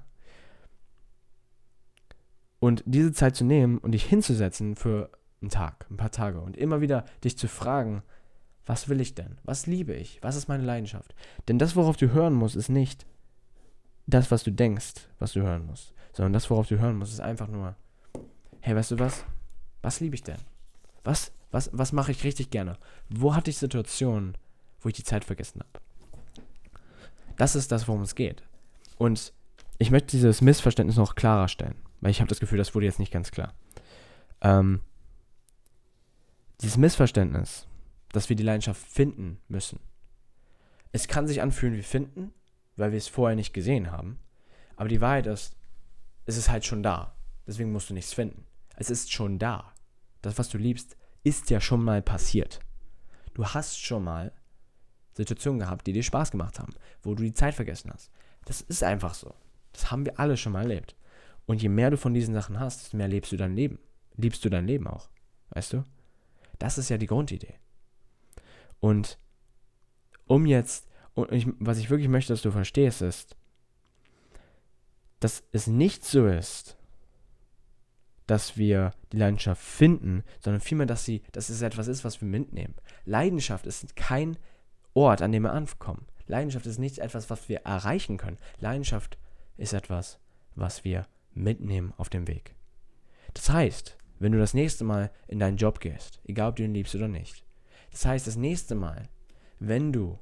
Und diese Zeit zu nehmen und dich hinzusetzen für einen Tag, ein paar Tage und immer wieder dich zu fragen, was will ich denn? Was liebe ich? Was ist meine Leidenschaft? Denn das, worauf du hören musst, ist nicht das, was du denkst, was du hören musst, sondern das, worauf du hören musst, ist einfach nur, hey, weißt du was? Was liebe ich denn? Was mache ich richtig gerne? Wo hatte ich Situationen, wo ich die Zeit vergessen habe? Das ist das, worum es geht. Und ich möchte dieses Missverständnis noch klarer stellen, weil ich habe das Gefühl, das wurde jetzt nicht ganz klar. Dieses Missverständnis, dass wir die Leidenschaft finden müssen. Es kann sich anfühlen wie finden, weil wir es vorher nicht gesehen haben. Aber die Wahrheit ist, es ist halt schon da. Deswegen musst du nichts finden. Es ist schon da. Das, was du liebst, ist ja schon mal passiert. Du hast schon mal Situationen gehabt, die dir Spaß gemacht haben, wo du die Zeit vergessen hast. Das ist einfach so. Das haben wir alle schon mal erlebt. Und je mehr du von diesen Sachen hast, desto mehr lebst du dein Leben. Liebst du dein Leben auch. Weißt du? Das ist ja die Grundidee. Und was ich wirklich möchte, dass du verstehst, ist, dass es nicht so ist, dass wir die Leidenschaft finden, sondern vielmehr, dass es etwas ist, was wir mitnehmen. Leidenschaft ist kein Ort, an dem wir ankommen. Leidenschaft ist nicht etwas, was wir erreichen können. Leidenschaft ist etwas, was wir mitnehmen auf dem Weg. Das heißt, wenn du das nächste Mal in deinen Job gehst, egal ob du ihn liebst oder nicht, das heißt, das nächste Mal, wenn du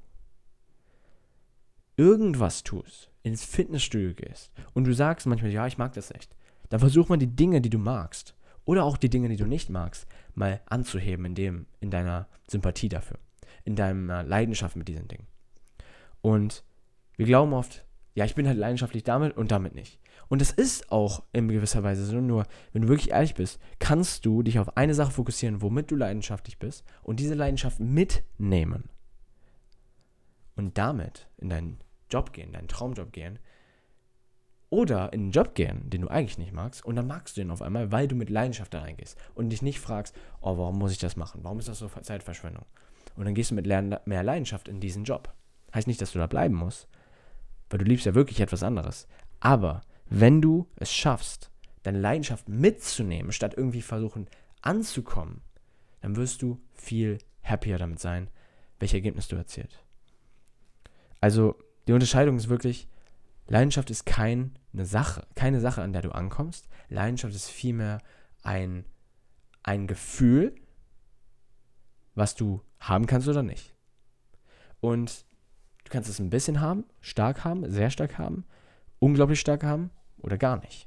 irgendwas tust, ins Fitnessstudio gehst und du sagst manchmal, ja, ich mag das echt, dann versuch mal die Dinge, die du magst oder auch die Dinge, die du nicht magst, mal anzuheben in deiner Sympathie dafür, in deiner Leidenschaft mit diesen Dingen. Und wir glauben oft, ja, ich bin halt leidenschaftlich damit und damit nicht. Und das ist auch in gewisser Weise so, nur wenn du wirklich ehrlich bist, kannst du dich auf eine Sache fokussieren, womit du leidenschaftlich bist und diese Leidenschaft mitnehmen. Und damit in deinen Job gehen, deinen Traumjob gehen oder in einen Job gehen, den du eigentlich nicht magst und dann magst du ihn auf einmal, weil du mit Leidenschaft da reingehst und dich nicht fragst, oh, warum muss ich das machen? Warum ist das so Zeitverschwendung? Und dann gehst du mit mehr Leidenschaft in diesen Job. Heißt nicht, dass du da bleiben musst, weil du liebst ja wirklich etwas anderes. Aber wenn du es schaffst, deine Leidenschaft mitzunehmen, statt irgendwie versuchen anzukommen, dann wirst du viel happier damit sein, welches Ergebnis du erzielst. Also die Unterscheidung ist wirklich, Leidenschaft ist keine Sache, an der du ankommst. Leidenschaft ist vielmehr ein Gefühl, was du haben kannst oder nicht. Und du kannst es ein bisschen haben, stark haben, sehr stark haben, unglaublich stark haben oder gar nicht.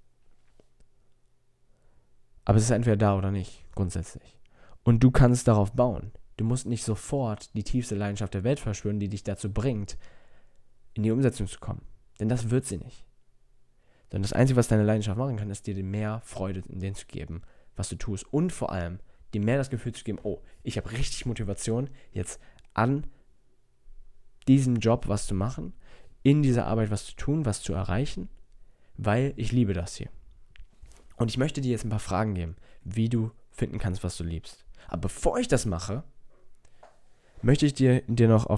Aber es ist entweder da oder nicht, grundsätzlich. Und du kannst darauf bauen. Du musst nicht sofort die tiefste Leidenschaft der Welt verspüren, die dich dazu bringt, in die Umsetzung zu kommen. Denn das wird sie nicht. Sondern das Einzige, was deine Leidenschaft machen kann, ist dir mehr Freude in dem zu geben, was du tust. Und vor allem, dir mehr das Gefühl zu geben, oh, ich habe richtig Motivation, jetzt an diesem Job was zu machen, in dieser Arbeit was zu tun, was zu erreichen, weil ich liebe das hier. Und ich möchte dir jetzt ein paar Fragen geben, wie du finden kannst, was du liebst. Aber bevor ich das mache, möchte ich dir noch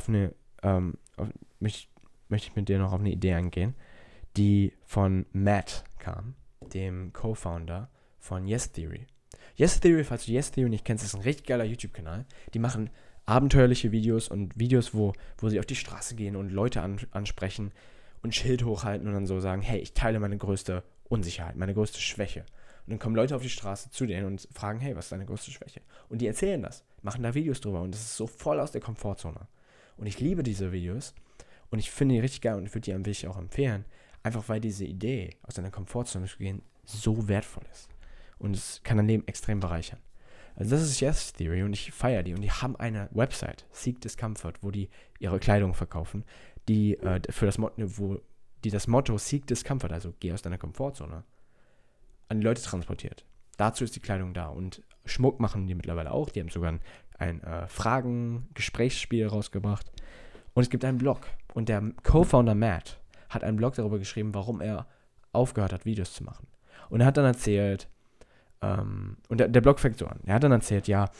möchte ich mit dir noch auf eine Idee eingehen, die von Matt kam, dem Co-Founder von Yes Theory. Yes Theory, falls du Yes Theory nicht kennst, ist ein richtig geiler YouTube-Kanal. Die machen abenteuerliche Videos und Videos, wo sie auf die Straße gehen und Leute ansprechen und Schild hochhalten und dann so sagen, hey, ich teile meine größte Unsicherheit, meine größte Schwäche. Und dann kommen Leute auf die Straße zu denen und fragen, hey, was ist deine größte Schwäche? Und die erzählen das, machen da Videos drüber und das ist so voll aus der Komfortzone. Und ich liebe diese Videos und ich finde die richtig geil und ich würde die wirklich auch empfehlen, einfach weil diese Idee, aus deiner Komfortzone zu gehen, so wertvoll ist. Und es kann dein Leben extrem bereichern. Also das ist Yes Theory und ich feiere die. Und die haben eine Website, Seek Discomfort, wo die ihre Kleidung verkaufen, die das Motto Seek Discomfort, also geh aus deiner Komfortzone, an die Leute transportiert. Dazu ist die Kleidung da. Und Schmuck machen die mittlerweile auch. Die haben sogar ein Fragen-Gesprächsspiel rausgebracht. Und es gibt einen Blog. Und der Co-Founder Matt hat einen Blog darüber geschrieben, warum er aufgehört hat, Videos zu machen. Und er hat dann erzählt, und der Blog fängt so an. Er hat dann erzählt, ja,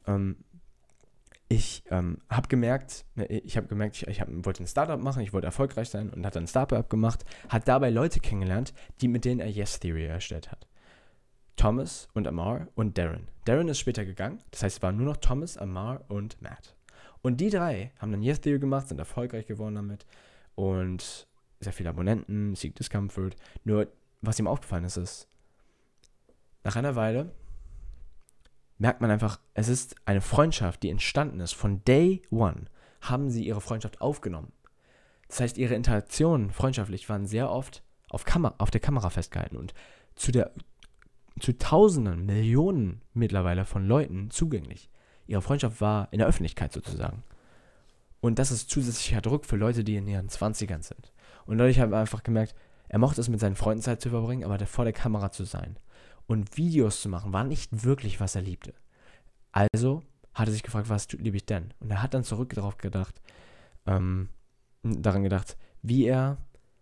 ich habe gemerkt, ich wollte ein Startup machen, ich wollte erfolgreich sein und hat dann ein Startup gemacht, hat dabei Leute kennengelernt, mit denen er Yes Theory erstellt hat. Thomas und Amar und Darren. Darren ist später gegangen, das heißt, es waren nur noch Thomas, Amar und Matt. Und die drei haben dann Yes Theory gemacht, sind erfolgreich geworden damit und sehr viele Abonnenten, Seek Discomfort. Nur, was ihm aufgefallen ist, nach einer Weile merkt man einfach, es ist eine Freundschaft, die entstanden ist. Von Day One haben sie ihre Freundschaft aufgenommen. Das heißt, ihre Interaktionen freundschaftlich waren sehr oft auf der Kamera festgehalten und zu Tausenden, Millionen mittlerweile von Leuten zugänglich. ihre Freundschaft war in der Öffentlichkeit sozusagen. Und das ist zusätzlicher Druck für Leute, die in ihren 20ern sind. Und dadurch habe ich einfach gemerkt, er mochte es mit seinen Freunden Zeit zu verbringen, aber vor der Kamera zu sein und Videos zu machen, war nicht wirklich, was er liebte. Also hat er sich gefragt, was liebe ich denn? Und er hat dann zurück darauf gedacht, daran gedacht, wie er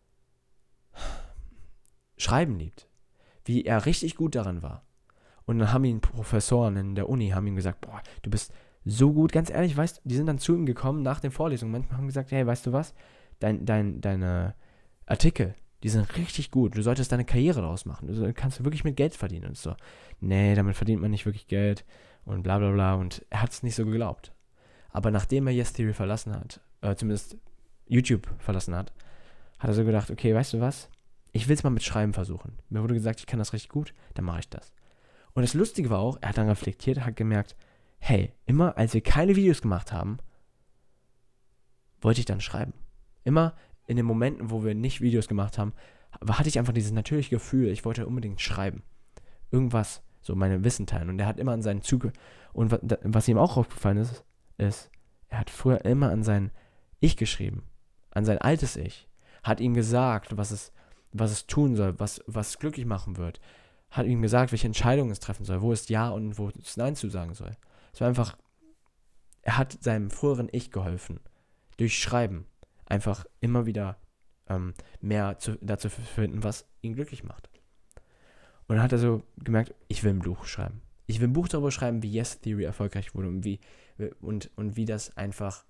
Schreiben liebt, wie er richtig gut daran war. Und dann haben ihn Professoren in der Uni haben ihm gesagt, boah, du bist so gut, ganz ehrlich, weißt du, die sind dann zu ihm gekommen nach den Vorlesungen, manchmal haben gesagt, hey, weißt du was, deine Artikel, die sind richtig gut, du solltest deine Karriere daraus machen, du kannst wirklich mit Geld verdienen und so. Nee, damit verdient man nicht wirklich Geld und bla bla bla und er hat es nicht so geglaubt. Aber nachdem er Yes Theory verlassen hat, zumindest YouTube verlassen hat, hat er so gedacht, okay, weißt du was, ich will es mal mit Schreiben versuchen. Mir wurde gesagt, ich kann das richtig gut, dann mache ich das. Und das Lustige war auch, er hat dann reflektiert, hat gemerkt, hey, immer als wir keine Videos gemacht haben, wollte ich dann schreiben. Immer in den Momenten, wo wir nicht Videos gemacht haben, hatte ich einfach dieses natürliche Gefühl, ich wollte unbedingt schreiben. Irgendwas, so meine Wissen teilen. Und er hat immer an seinen Zug. Und was ihm auch aufgefallen ist, er hat früher immer an sein Ich geschrieben. An sein altes Ich. Hat ihm gesagt, was es tun soll, was glücklich machen wird. Hat ihm gesagt, welche Entscheidungen es treffen soll, wo es Ja und wo es Nein zu sagen soll. Es war einfach, er hat seinem früheren Ich geholfen. Durch Schreiben. Einfach immer wieder mehr dazu finden, was ihn glücklich macht. Und dann hat er so gemerkt, ich will ein Buch schreiben. Ich will ein Buch darüber schreiben, wie Yes Theory erfolgreich wurde und wie das einfach,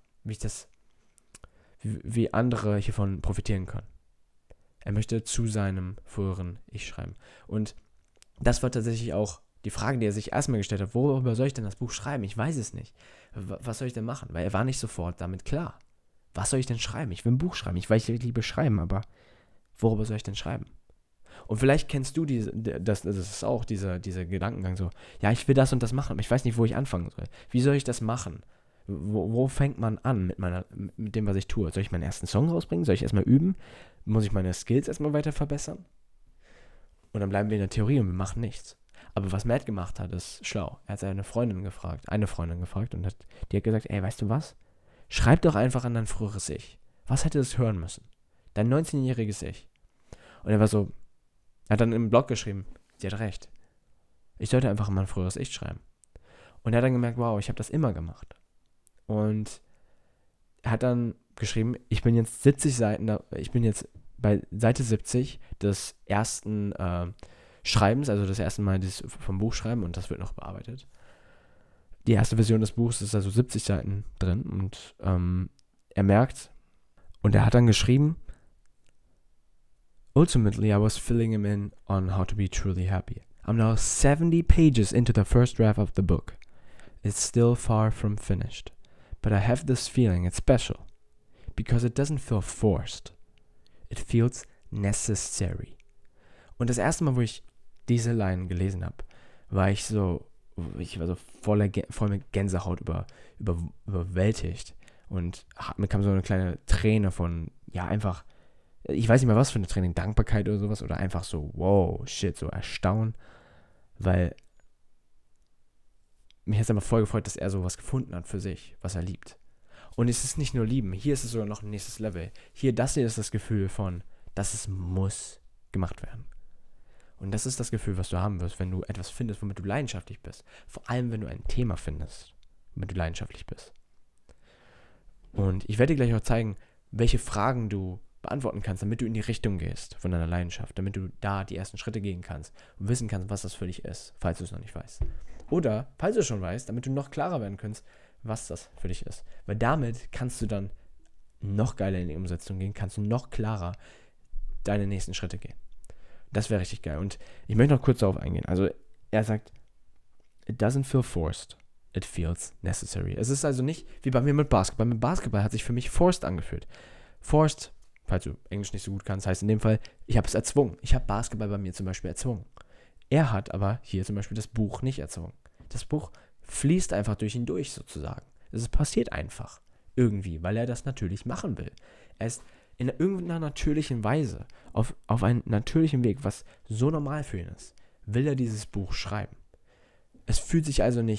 wie andere hiervon profitieren können. Er möchte zu seinem früheren Ich schreiben. Und das war tatsächlich auch die Frage, die er sich erstmal gestellt hat. Worüber soll ich denn das Buch schreiben? Ich weiß es nicht. Was soll ich denn machen? Weil er war nicht sofort damit klar. Was soll ich denn schreiben? Ich will ein Buch schreiben. Ich weiß, ich liebe Schreiben, aber worüber soll ich denn schreiben? Und vielleicht kennst du das ist auch dieser Gedankengang so, ja, ich will das und das machen, aber ich weiß nicht, wo ich anfangen soll. Wie soll ich das machen? Wo fängt man an mit dem, was ich tue? Soll ich meinen ersten Song rausbringen? Soll ich erstmal üben? Muss ich meine Skills erstmal weiter verbessern? Und dann bleiben wir in der Theorie und wir machen nichts. Aber was Matt gemacht hat, ist schlau. Er hat eine Freundin gefragt und die hat gesagt, ey, weißt du was? Schreib doch einfach an dein früheres Ich. Was hätte es hören müssen? Dein 19-jähriges Ich. Und er war so, er hat dann im Blog geschrieben, sie hat recht. Ich sollte einfach an mein früheres Ich schreiben. Und er hat dann gemerkt, wow, ich habe das immer gemacht. Und er hat dann geschrieben, ich bin jetzt bei Seite 70 des ersten Schreibens, also das erste Mal vom Buch schreiben und das wird noch bearbeitet. Die erste Version des Buchs ist also 70 Seiten drin und er merkt, und er hat dann geschrieben, ultimately I was filling him in on how to be truly happy. I'm now 70 pages into the first draft of the book. It's still far from finished, but I have this feeling it's special because it doesn't feel forced. It feels necessary. Und das erste Mal, wo ich diese Line gelesen habe, war ich so voll mit Gänsehaut überwältigt. Und mir kam so eine kleine Träne von, ja, einfach, ich weiß nicht mehr was für eine Träne, Dankbarkeit oder sowas, oder einfach so, wow, shit, so Erstaunen, weil mich hat es einfach voll gefreut, dass er sowas gefunden hat für sich, was er liebt. Und es ist nicht nur lieben, hier ist es sogar noch ein nächstes Level. Das hier ist das Gefühl von, dass es muss gemacht werden. Und das ist das Gefühl, was du haben wirst, wenn du etwas findest, womit du leidenschaftlich bist. Vor allem, wenn du ein Thema findest, womit du leidenschaftlich bist. Und ich werde dir gleich auch zeigen, welche Fragen du beantworten kannst, damit du in die Richtung gehst von deiner Leidenschaft, damit du da die ersten Schritte gehen kannst und wissen kannst, was das für dich ist, falls du es noch nicht weißt. Oder, falls du es schon weißt, damit du noch klarer werden kannst, was das für dich ist. Weil damit kannst du dann noch geiler in die Umsetzung gehen, kannst du noch klarer deine nächsten Schritte gehen. Das wäre richtig geil. Und ich möchte noch kurz darauf eingehen. Also, er sagt, it doesn't feel forced, it feels necessary. Es ist also nicht wie bei mir mit Basketball. Mit Basketball hat sich für mich forced angefühlt. Forced, falls du Englisch nicht so gut kannst, heißt in dem Fall, ich habe es erzwungen. Ich habe Basketball bei mir zum Beispiel erzwungen. Er hat aber hier zum Beispiel das Buch nicht erzwungen. Das Buch fließt einfach durch ihn durch, sozusagen. Es passiert einfach. Irgendwie, weil er das natürlich machen will. Er ist in irgendeiner natürlichen Weise, auf einen natürlichen Weg, was so normal für ihn ist, will er dieses Buch schreiben. Es fühlt sich also nicht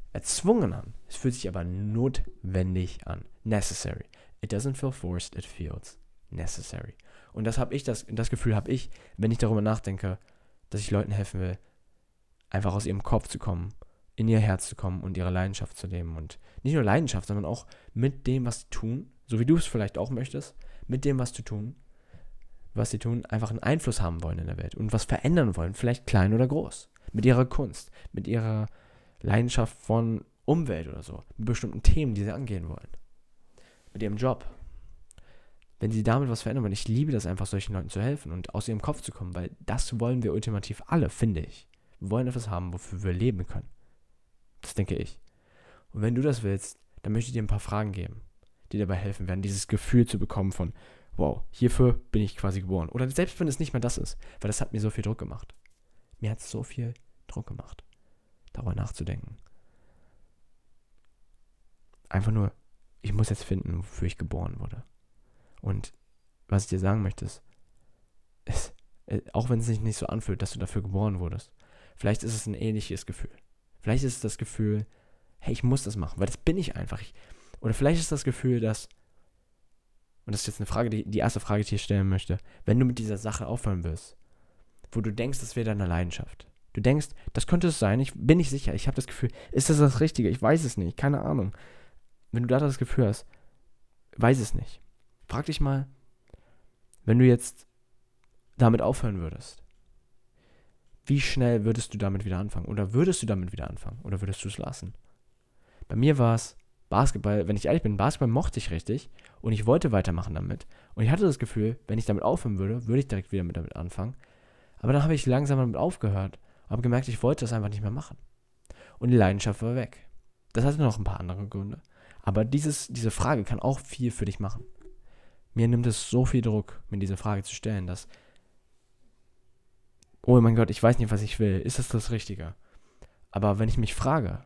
erzwungen an. Es fühlt sich aber notwendig an. Necessary. It doesn't feel forced, it feels necessary. Und das Gefühl habe ich, wenn ich darüber nachdenke, dass ich Leuten helfen will, einfach aus ihrem Kopf zu kommen, in ihr Herz zu kommen und ihre Leidenschaft zu leben. Und nicht nur Leidenschaft, sondern auch mit dem, was sie tun, so wie du es vielleicht auch möchtest, mit dem, was sie tun, einfach einen Einfluss haben wollen in der Welt und was verändern wollen, vielleicht klein oder groß. Mit ihrer Kunst, mit ihrer Leidenschaft von Umwelt oder so, mit bestimmten Themen, die sie angehen wollen. Mit ihrem Job. Wenn sie damit was verändern wollen, ich liebe das einfach, solchen Leuten zu helfen und aus ihrem Kopf zu kommen, weil das wollen wir ultimativ alle, finde ich. Wir wollen etwas haben, wofür wir leben können. Das denke ich. Und wenn du das willst, dann möchte ich dir ein paar Fragen geben, die dabei helfen werden, dieses Gefühl zu bekommen von, wow, hierfür bin ich quasi geboren. Oder selbst wenn es nicht mehr das ist, weil das hat mir so viel Druck gemacht. Mir hat es so viel Druck gemacht, darüber nachzudenken. Einfach nur, ich muss jetzt finden, wofür ich geboren wurde. Und was ich dir sagen möchte, ist, auch wenn es sich nicht so anfühlt, dass du dafür geboren wurdest, vielleicht ist es ein ähnliches Gefühl. Vielleicht ist es das Gefühl, hey, ich muss das machen, weil das bin ich einfach. Oder vielleicht ist das Gefühl, dass, und das ist jetzt eine Frage, die erste Frage, die ich dir stellen möchte, wenn du mit dieser Sache aufhören willst, wo du denkst, das wäre deine Leidenschaft. Du denkst, das könnte es sein, ich bin nicht sicher, ich habe das Gefühl, ist das Richtige? Ich weiß es nicht, keine Ahnung. Wenn du da das Gefühl hast, weiß es nicht. Frag dich mal, wenn du jetzt damit aufhören würdest, wie schnell würdest du damit wieder anfangen? Oder würdest du damit wieder anfangen? Oder würdest du es lassen? Bei mir war es Basketball, wenn ich ehrlich bin, Basketball mochte ich richtig und ich wollte weitermachen damit. Und ich hatte das Gefühl, wenn ich damit aufhören würde, würde ich direkt wieder damit anfangen. Aber dann habe ich langsam damit aufgehört und habe gemerkt, ich wollte das einfach nicht mehr machen. Und die Leidenschaft war weg. Das hatte noch ein paar andere Gründe. Aber diese Frage kann auch viel für dich machen. Mir nimmt es so viel Druck, mir diese Frage zu stellen, dass, oh mein Gott, ich weiß nicht, was ich will. Ist das Richtige? Aber wenn ich mich frage,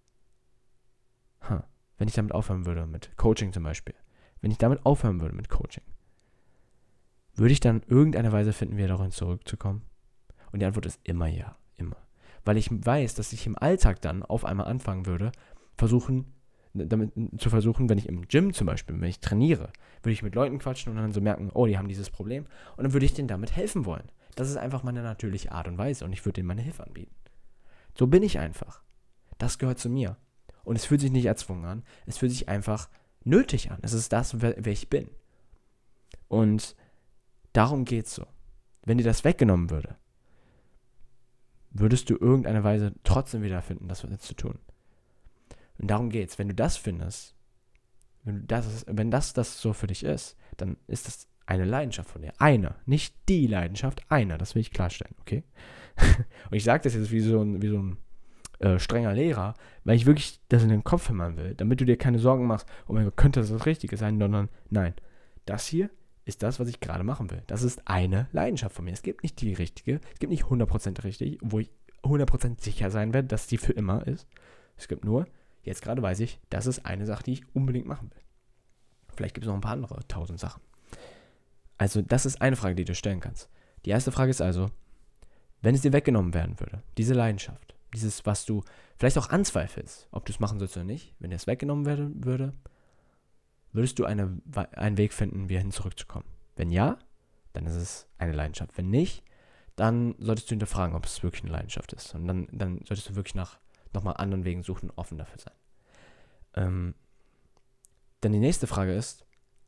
wenn ich damit aufhören würde, mit Coaching zum Beispiel, wenn ich damit aufhören würde mit Coaching, würde ich dann irgendeine Weise finden, wieder darin zurückzukommen? Und die Antwort ist immer ja, immer. Weil ich weiß, dass ich im Alltag dann auf einmal anfangen würde, wenn ich im Gym zum Beispiel, wenn ich trainiere, würde ich mit Leuten quatschen und dann so merken, oh, die haben dieses Problem. Und dann würde ich denen damit helfen wollen. Das ist einfach meine natürliche Art und Weise und ich würde denen meine Hilfe anbieten. So bin ich einfach. Das gehört zu mir. Und es fühlt sich nicht erzwungen an, es fühlt sich einfach nötig an. Es ist das, wer ich bin. Und darum geht's so. Wenn dir das weggenommen würde, würdest du irgendeine Weise trotzdem wieder finden, das jetzt zu tun. Und darum geht's. Wenn du das findest, wenn das so für dich ist, dann ist das eine Leidenschaft von dir. Eine, nicht die Leidenschaft, eine. Das will ich klarstellen, okay? Und ich sage das jetzt wie so ein strenger Lehrer, weil ich wirklich das in den Kopf hämmern will, damit du dir keine Sorgen machst, oh mein Gott, könnte das Richtige sein, sondern nein, das hier ist das, was ich gerade machen will. Das ist eine Leidenschaft von mir. Es gibt nicht die richtige, es gibt nicht 100% richtig, wo ich 100% sicher sein werde, dass die für immer ist. Es gibt nur, jetzt gerade weiß ich, das ist eine Sache, die ich unbedingt machen will. Vielleicht gibt es noch ein paar andere 1000 Sachen. Also das ist eine Frage, die du stellen kannst. Die erste Frage ist also, wenn es dir weggenommen werden würde, diese Leidenschaft, dieses, was du vielleicht auch anzweifelst, ob du es machen sollst oder nicht, wenn dir es weggenommen werden würde, würdest du einen Weg finden, wieder hin zurückzukommen? Wenn ja, dann ist es eine Leidenschaft. Wenn nicht, dann solltest du hinterfragen, ob es wirklich eine Leidenschaft ist. Und dann solltest du wirklich nach nochmal anderen Wegen suchen und offen dafür sein. Dann die nächste Frage ist,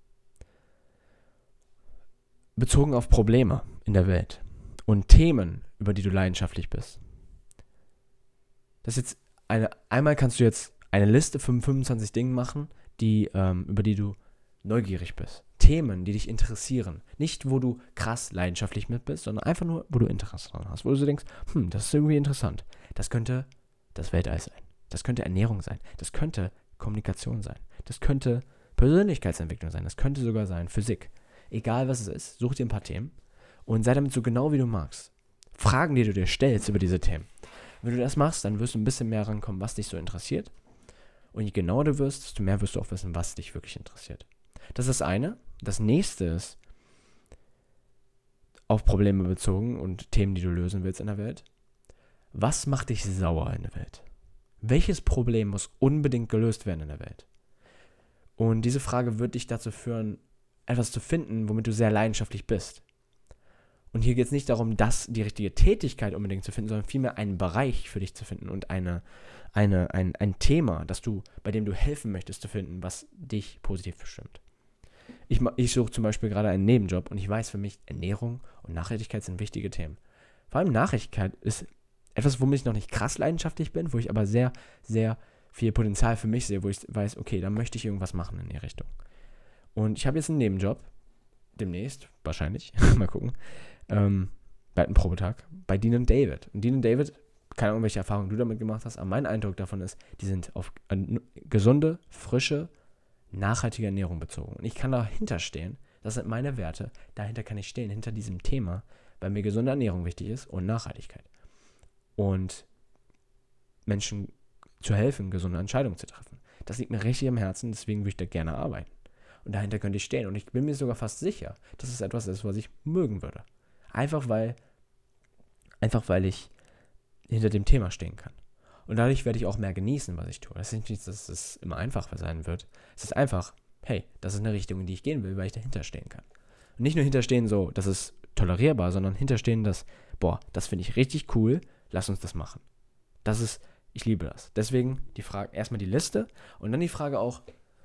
bezogen auf Probleme in der Welt und Themen, über die du leidenschaftlich bist. Das ist jetzt einmal kannst du jetzt eine Liste von 25 Dingen machen, über die du neugierig bist. Themen, die dich interessieren. Nicht, wo du krass leidenschaftlich mit bist, sondern einfach nur, wo du Interesse dran hast. Wo du so denkst, das ist irgendwie interessant. Das könnte das Weltall sein. Das könnte Ernährung sein. Das könnte Kommunikation sein. Das könnte Persönlichkeitsentwicklung sein. Das könnte sogar sein Physik. Egal was es ist, such dir ein paar Themen und sei damit so genau wie du magst. Fragen, die du dir stellst über diese Themen. Wenn du das machst, dann wirst du ein bisschen mehr rankommen, was dich so interessiert. Und je genauer du wirst, desto mehr wirst du auch wissen, was dich wirklich interessiert. Das ist das eine. Das nächste ist, auf Probleme bezogen und Themen, die du lösen willst in der Welt. Was macht dich sauer in der Welt? welches Problem muss unbedingt gelöst werden in der Welt? Und diese Frage wird dich dazu führen, etwas zu finden, womit du sehr leidenschaftlich bist. Und hier geht es nicht darum, die richtige Tätigkeit unbedingt zu finden, sondern vielmehr einen Bereich für dich zu finden und ein Thema, bei dem du helfen möchtest, zu finden, was dich positiv bestimmt. Ich suche zum Beispiel gerade einen Nebenjob und ich weiß, für mich Ernährung und Nachhaltigkeit sind wichtige Themen. Vor allem Nachhaltigkeit ist etwas, womit ich noch nicht krass leidenschaftlich bin, wo ich aber sehr, sehr viel Potenzial für mich sehe, wo ich weiß, okay, da möchte ich irgendwas machen in die Richtung. Und ich habe jetzt einen Nebenjob, demnächst, wahrscheinlich, mal gucken, bald einen Probetag, bei Dean & David. Und Dean & David, keine Ahnung, welche Erfahrungen du damit gemacht hast, aber mein Eindruck davon ist, die sind auf gesunde, frische, nachhaltige Ernährung bezogen. Und ich kann dahinter stehen, das sind meine Werte, dahinter kann ich stehen, hinter diesem Thema, weil mir gesunde Ernährung wichtig ist und Nachhaltigkeit. Und Menschen zu helfen, gesunde Entscheidungen zu treffen. Das liegt mir richtig am Herzen, deswegen würde ich da gerne arbeiten. Und dahinter könnte ich stehen. Und ich bin mir sogar fast sicher, dass es etwas ist, was ich mögen würde. Einfach weil ich hinter dem Thema stehen kann. Und dadurch werde ich auch mehr genießen, was ich tue. Das ist nicht, dass es immer einfacher sein wird. Es ist einfach, hey, das ist eine Richtung, in die ich gehen will, weil ich dahinter stehen kann. Und nicht nur hinterstehen so, das ist tolerierbar, sondern hinterstehen, dass, das finde ich richtig cool, lass uns das machen. Ich liebe das. Deswegen die Frage, erstmal die Liste und dann die Frage auch,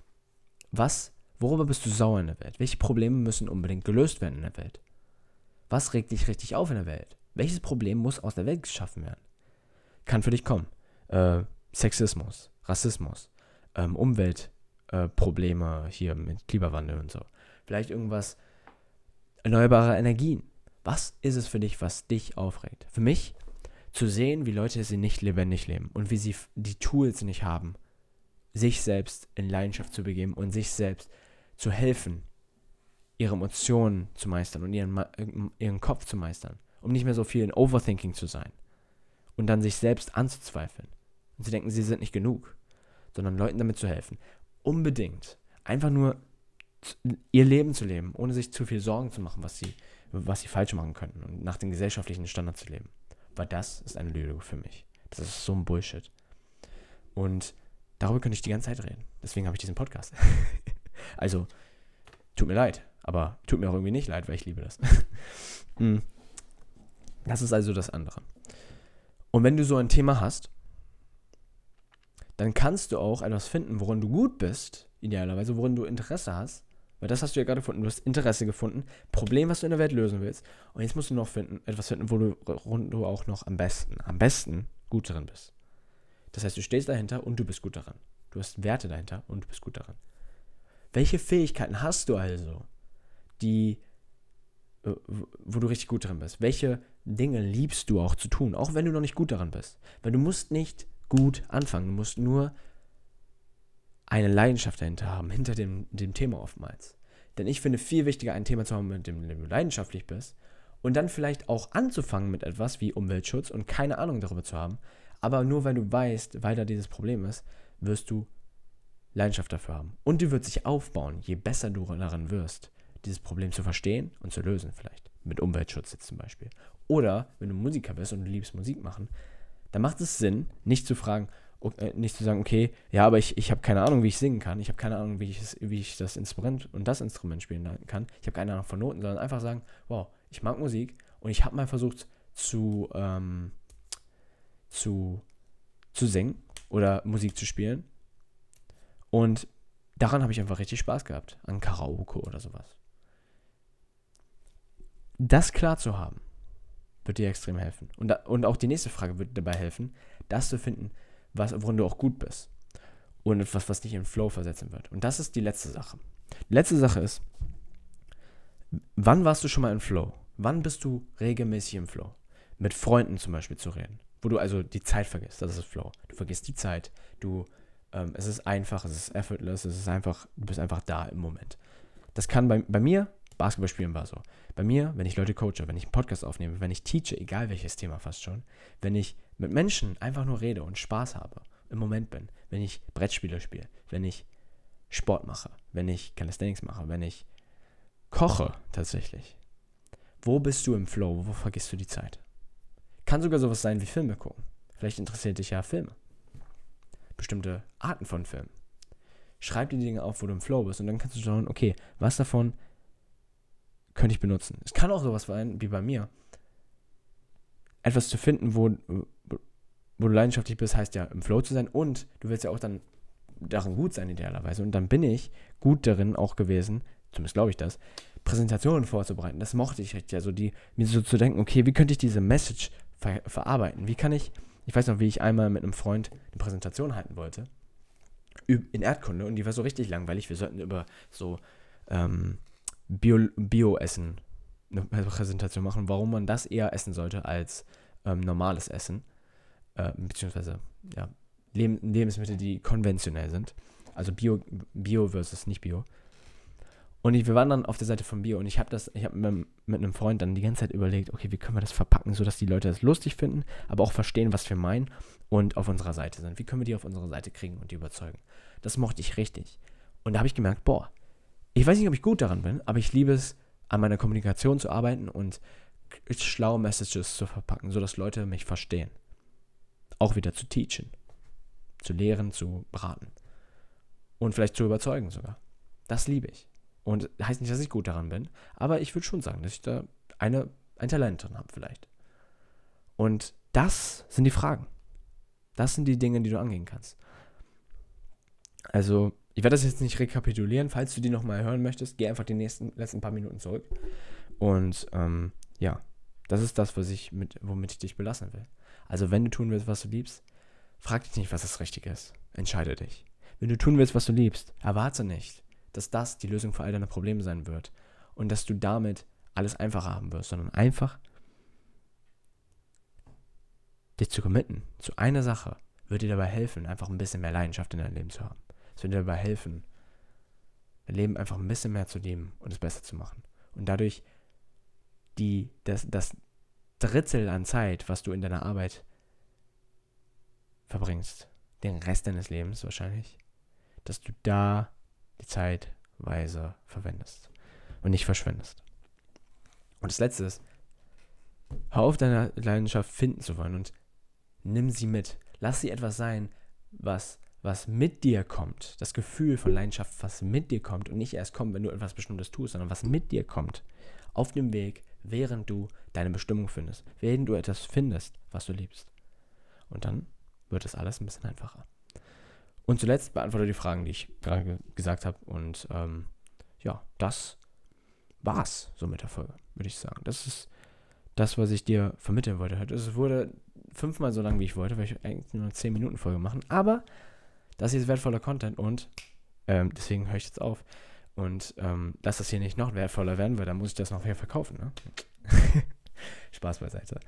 worüber bist du sauer in der Welt? Welche Probleme müssen unbedingt gelöst werden in der Welt? Was regt dich richtig auf in der Welt? Welches Problem muss aus der Welt geschaffen werden? Kann für dich kommen. Sexismus, Rassismus, Umweltprobleme hier mit Klimawandel und so. Vielleicht irgendwas, erneuerbare Energien. Was ist es für dich, was dich aufregt? Für mich, zu sehen, wie Leute sie nicht lebendig leben und wie sie die Tools nicht haben, sich selbst in Leidenschaft zu begeben und sich selbst zu helfen, ihre Emotionen zu meistern und ihren Kopf zu meistern, um nicht mehr so viel in Overthinking zu sein und dann sich selbst anzuzweifeln und zu denken, sie sind nicht genug, sondern Leuten damit zu helfen. Unbedingt. Einfach nur ihr Leben zu leben, ohne sich zu viel Sorgen zu machen, was sie falsch machen könnten und nach den gesellschaftlichen Standards zu leben. Weil das ist eine Lüge für mich. Das ist so ein Bullshit. Und darüber könnte ich die ganze Zeit reden. Deswegen habe ich diesen Podcast. Also, tut mir leid. Aber tut mir auch irgendwie nicht leid, weil ich liebe das. Das ist also das andere. Und wenn du so ein Thema hast, dann kannst du auch etwas finden, worin du gut bist, idealerweise, worin du Interesse hast. Weil das hast du ja gerade gefunden. Du hast Interesse gefunden, Problem, was du in der Welt lösen willst. Und jetzt musst du noch etwas finden, wo du auch noch am besten gut darin bist. Das heißt, du stehst dahinter und du bist gut daran. Du hast Werte dahinter und du bist gut daran. Welche Fähigkeiten hast du also, wo du richtig gut daran bist? Welche Dinge liebst du auch zu tun, auch wenn du noch nicht gut daran bist? Weil du musst nicht gut anfangen, du musst nur eine Leidenschaft dahinter haben, hinter dem Thema oftmals. Denn ich finde viel wichtiger, ein Thema zu haben, mit dem du leidenschaftlich bist und dann vielleicht auch anzufangen mit etwas wie Umweltschutz und keine Ahnung darüber zu haben, aber nur weil du weißt, weil da dieses Problem ist, wirst du Leidenschaft dafür haben. Und die wird sich aufbauen, je besser du daran wirst, dieses Problem zu verstehen und zu lösen vielleicht. Mit Umweltschutz jetzt zum Beispiel. Oder wenn du Musiker bist und du liebst Musik machen, dann macht es Sinn, nicht zu sagen, okay, ja, aber ich habe keine Ahnung, wie ich singen kann. Ich habe keine Ahnung, wie ich das Instrument Instrument spielen kann. Ich habe keine Ahnung von Noten, sondern einfach sagen, wow, ich mag Musik und ich habe mal versucht zu singen oder Musik zu spielen. Und daran habe ich einfach richtig Spaß gehabt. An Karaoke oder sowas. Das klar zu haben, wird dir extrem helfen. Und auch die nächste Frage wird dir dabei helfen, das zu finden, worin du auch gut bist. Und etwas, was dich in Flow versetzen wird. Und das ist die letzte Sache. Die letzte Sache ist, wann warst du schon mal im Flow? Wann bist du regelmäßig im Flow? Mit Freunden zum Beispiel zu reden. Wo du also die Zeit vergisst. Das ist Flow. Du vergisst die Zeit. Es ist einfach, es ist effortless, du bist einfach da im Moment. Das kann bei mir, Basketball spielen war so. Bei mir, wenn ich Leute coache, wenn ich einen Podcast aufnehme, wenn ich teache, egal welches Thema fast schon, wenn ich mit Menschen einfach nur rede und Spaß habe, im Moment bin, wenn ich Brettspiele spiele, wenn ich Sport mache, wenn ich Calisthenics mache, wenn ich koche tatsächlich. Wo bist du im Flow? Wo vergisst du die Zeit? Kann sogar sowas sein wie Filme gucken. Vielleicht interessiert dich ja Filme. bestimmte Arten von Filmen. Schreib die Dinge auf, wo du im Flow bist und dann kannst du schauen, okay, was davon könnte ich benutzen. Es kann auch sowas sein, wie bei mir. Etwas zu finden, wo du leidenschaftlich bist, heißt ja im Flow zu sein und du willst ja auch dann darin gut sein idealerweise. Und dann bin ich gut darin auch gewesen, zumindest glaube ich das, Präsentationen vorzubereiten. Das mochte ich richtig. Also mir so zu denken, okay, wie könnte ich diese Message verarbeiten? Wie kann ich weiß noch, wie ich einmal mit einem Freund eine Präsentation halten wollte in Erdkunde und die war so richtig langweilig. Wir sollten über so Bio-Essen eine Präsentation machen, warum man das eher essen sollte als normales Essen, beziehungsweise ja, Lebensmittel, die konventionell sind. Also Bio versus nicht Bio. Und wir waren dann auf der Seite von Bio und ich habe mit einem Freund dann die ganze Zeit überlegt, okay, wie können wir das verpacken, sodass die Leute das lustig finden, aber auch verstehen, was wir meinen und auf unserer Seite sind. Wie können wir die auf unsere Seite kriegen und die überzeugen? Das mochte ich richtig. Und da habe ich gemerkt, ich weiß nicht, ob ich gut daran bin, aber ich liebe es, an meiner Kommunikation zu arbeiten und schlaue Messages zu verpacken, sodass Leute mich verstehen. Auch wieder zu teachen, zu lehren, zu beraten und vielleicht zu überzeugen sogar. Das liebe ich. Und heißt nicht, dass ich gut daran bin, aber ich würde schon sagen, dass ich da ein Talent drin habe vielleicht. Und das sind die Fragen. Das sind die Dinge, die du angehen kannst. Also, ich werde das jetzt nicht rekapitulieren. Falls du die nochmal hören möchtest, geh einfach die letzten paar Minuten zurück. Und das ist das, womit ich dich belassen will. Also, wenn du tun willst, was du liebst, frag dich nicht, was das Richtige ist. Entscheide dich. Wenn du tun willst, was du liebst, erwarte nicht, dass das die Lösung für all deine Probleme sein wird und dass du damit alles einfacher haben wirst, sondern einfach dich zu committen zu einer Sache wird dir dabei helfen, einfach ein bisschen mehr Leidenschaft in deinem Leben zu haben. Es wird dir dabei helfen, dein Leben einfach ein bisschen mehr zu leben und es besser zu machen. Und dadurch das Drittel an Zeit, was du in deiner Arbeit verbringst, den Rest deines Lebens wahrscheinlich, dass du da die Zeit weise verwendest und nicht verschwendest. Und das Letzte ist, hör auf, deine Leidenschaft finden zu wollen und nimm sie mit. Lass sie etwas sein, was mit dir kommt. Das Gefühl von Leidenschaft, was mit dir kommt und nicht erst kommt, wenn du etwas Bestimmtes tust, sondern was mit dir kommt. Auf dem Weg, während du deine Bestimmung findest. Während du etwas findest, was du liebst. Und dann wird das alles ein bisschen einfacher. Und zuletzt beantworte die Fragen, die ich gerade gesagt habe. Und das war's so mit der Folge, würde ich sagen. Das ist das, was ich dir vermitteln wollte heute. Es wurde 5-mal so lang, wie ich wollte, weil ich eigentlich nur eine 10-Minuten-Folge machen. Aber das hier ist wertvoller Content und deswegen höre ich jetzt auf. Und dass das hier nicht noch wertvoller werden wird, dann muss ich das noch mehr verkaufen. Ne? Spaß beiseite.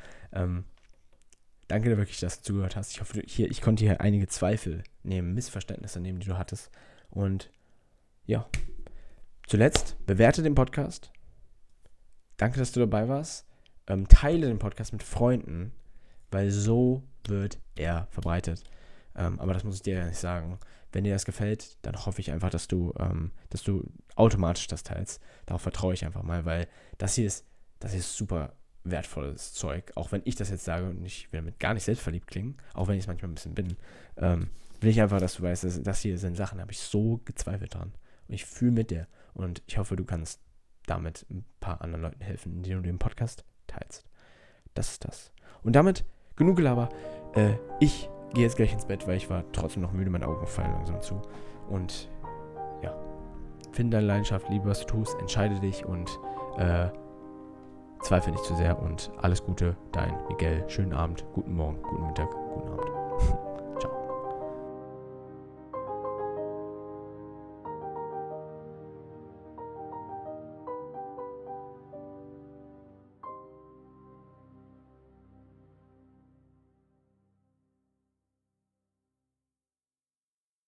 Danke dir wirklich, dass du zugehört hast. Ich hoffe, ich konnte hier einige Zweifel nehmen, Missverständnisse nehmen, die du hattest. Und ja, zuletzt, bewerte den Podcast. Danke, dass du dabei warst. Teile den Podcast mit Freunden, weil so wird er verbreitet. Aber das muss ich dir ja nicht sagen. Wenn dir das gefällt, dann hoffe ich einfach, dass du automatisch das teilst. Darauf vertraue ich einfach mal, weil das hier ist super wertvolles Zeug. Auch wenn ich das jetzt sage und ich will damit gar nicht selbstverliebt klingen, auch wenn ich es manchmal ein bisschen bin, will ich einfach, dass du weißt, dass das hier sind Sachen, da habe ich so gezweifelt dran. Und ich fühle mit dir. Und ich hoffe, du kannst damit ein paar anderen Leuten helfen, indem du den Podcast teilst. Das ist das. Und damit genug Gelaber. Ich gehe jetzt gleich ins Bett, weil ich war trotzdem noch müde, meine Augen fallen langsam zu. Und ja, finde deine Leidenschaft, liebe, was du tust, entscheide dich und zweifle nicht zu sehr und alles Gute, dein Miguel. Schönen Abend, guten Morgen, guten Mittag, guten Abend.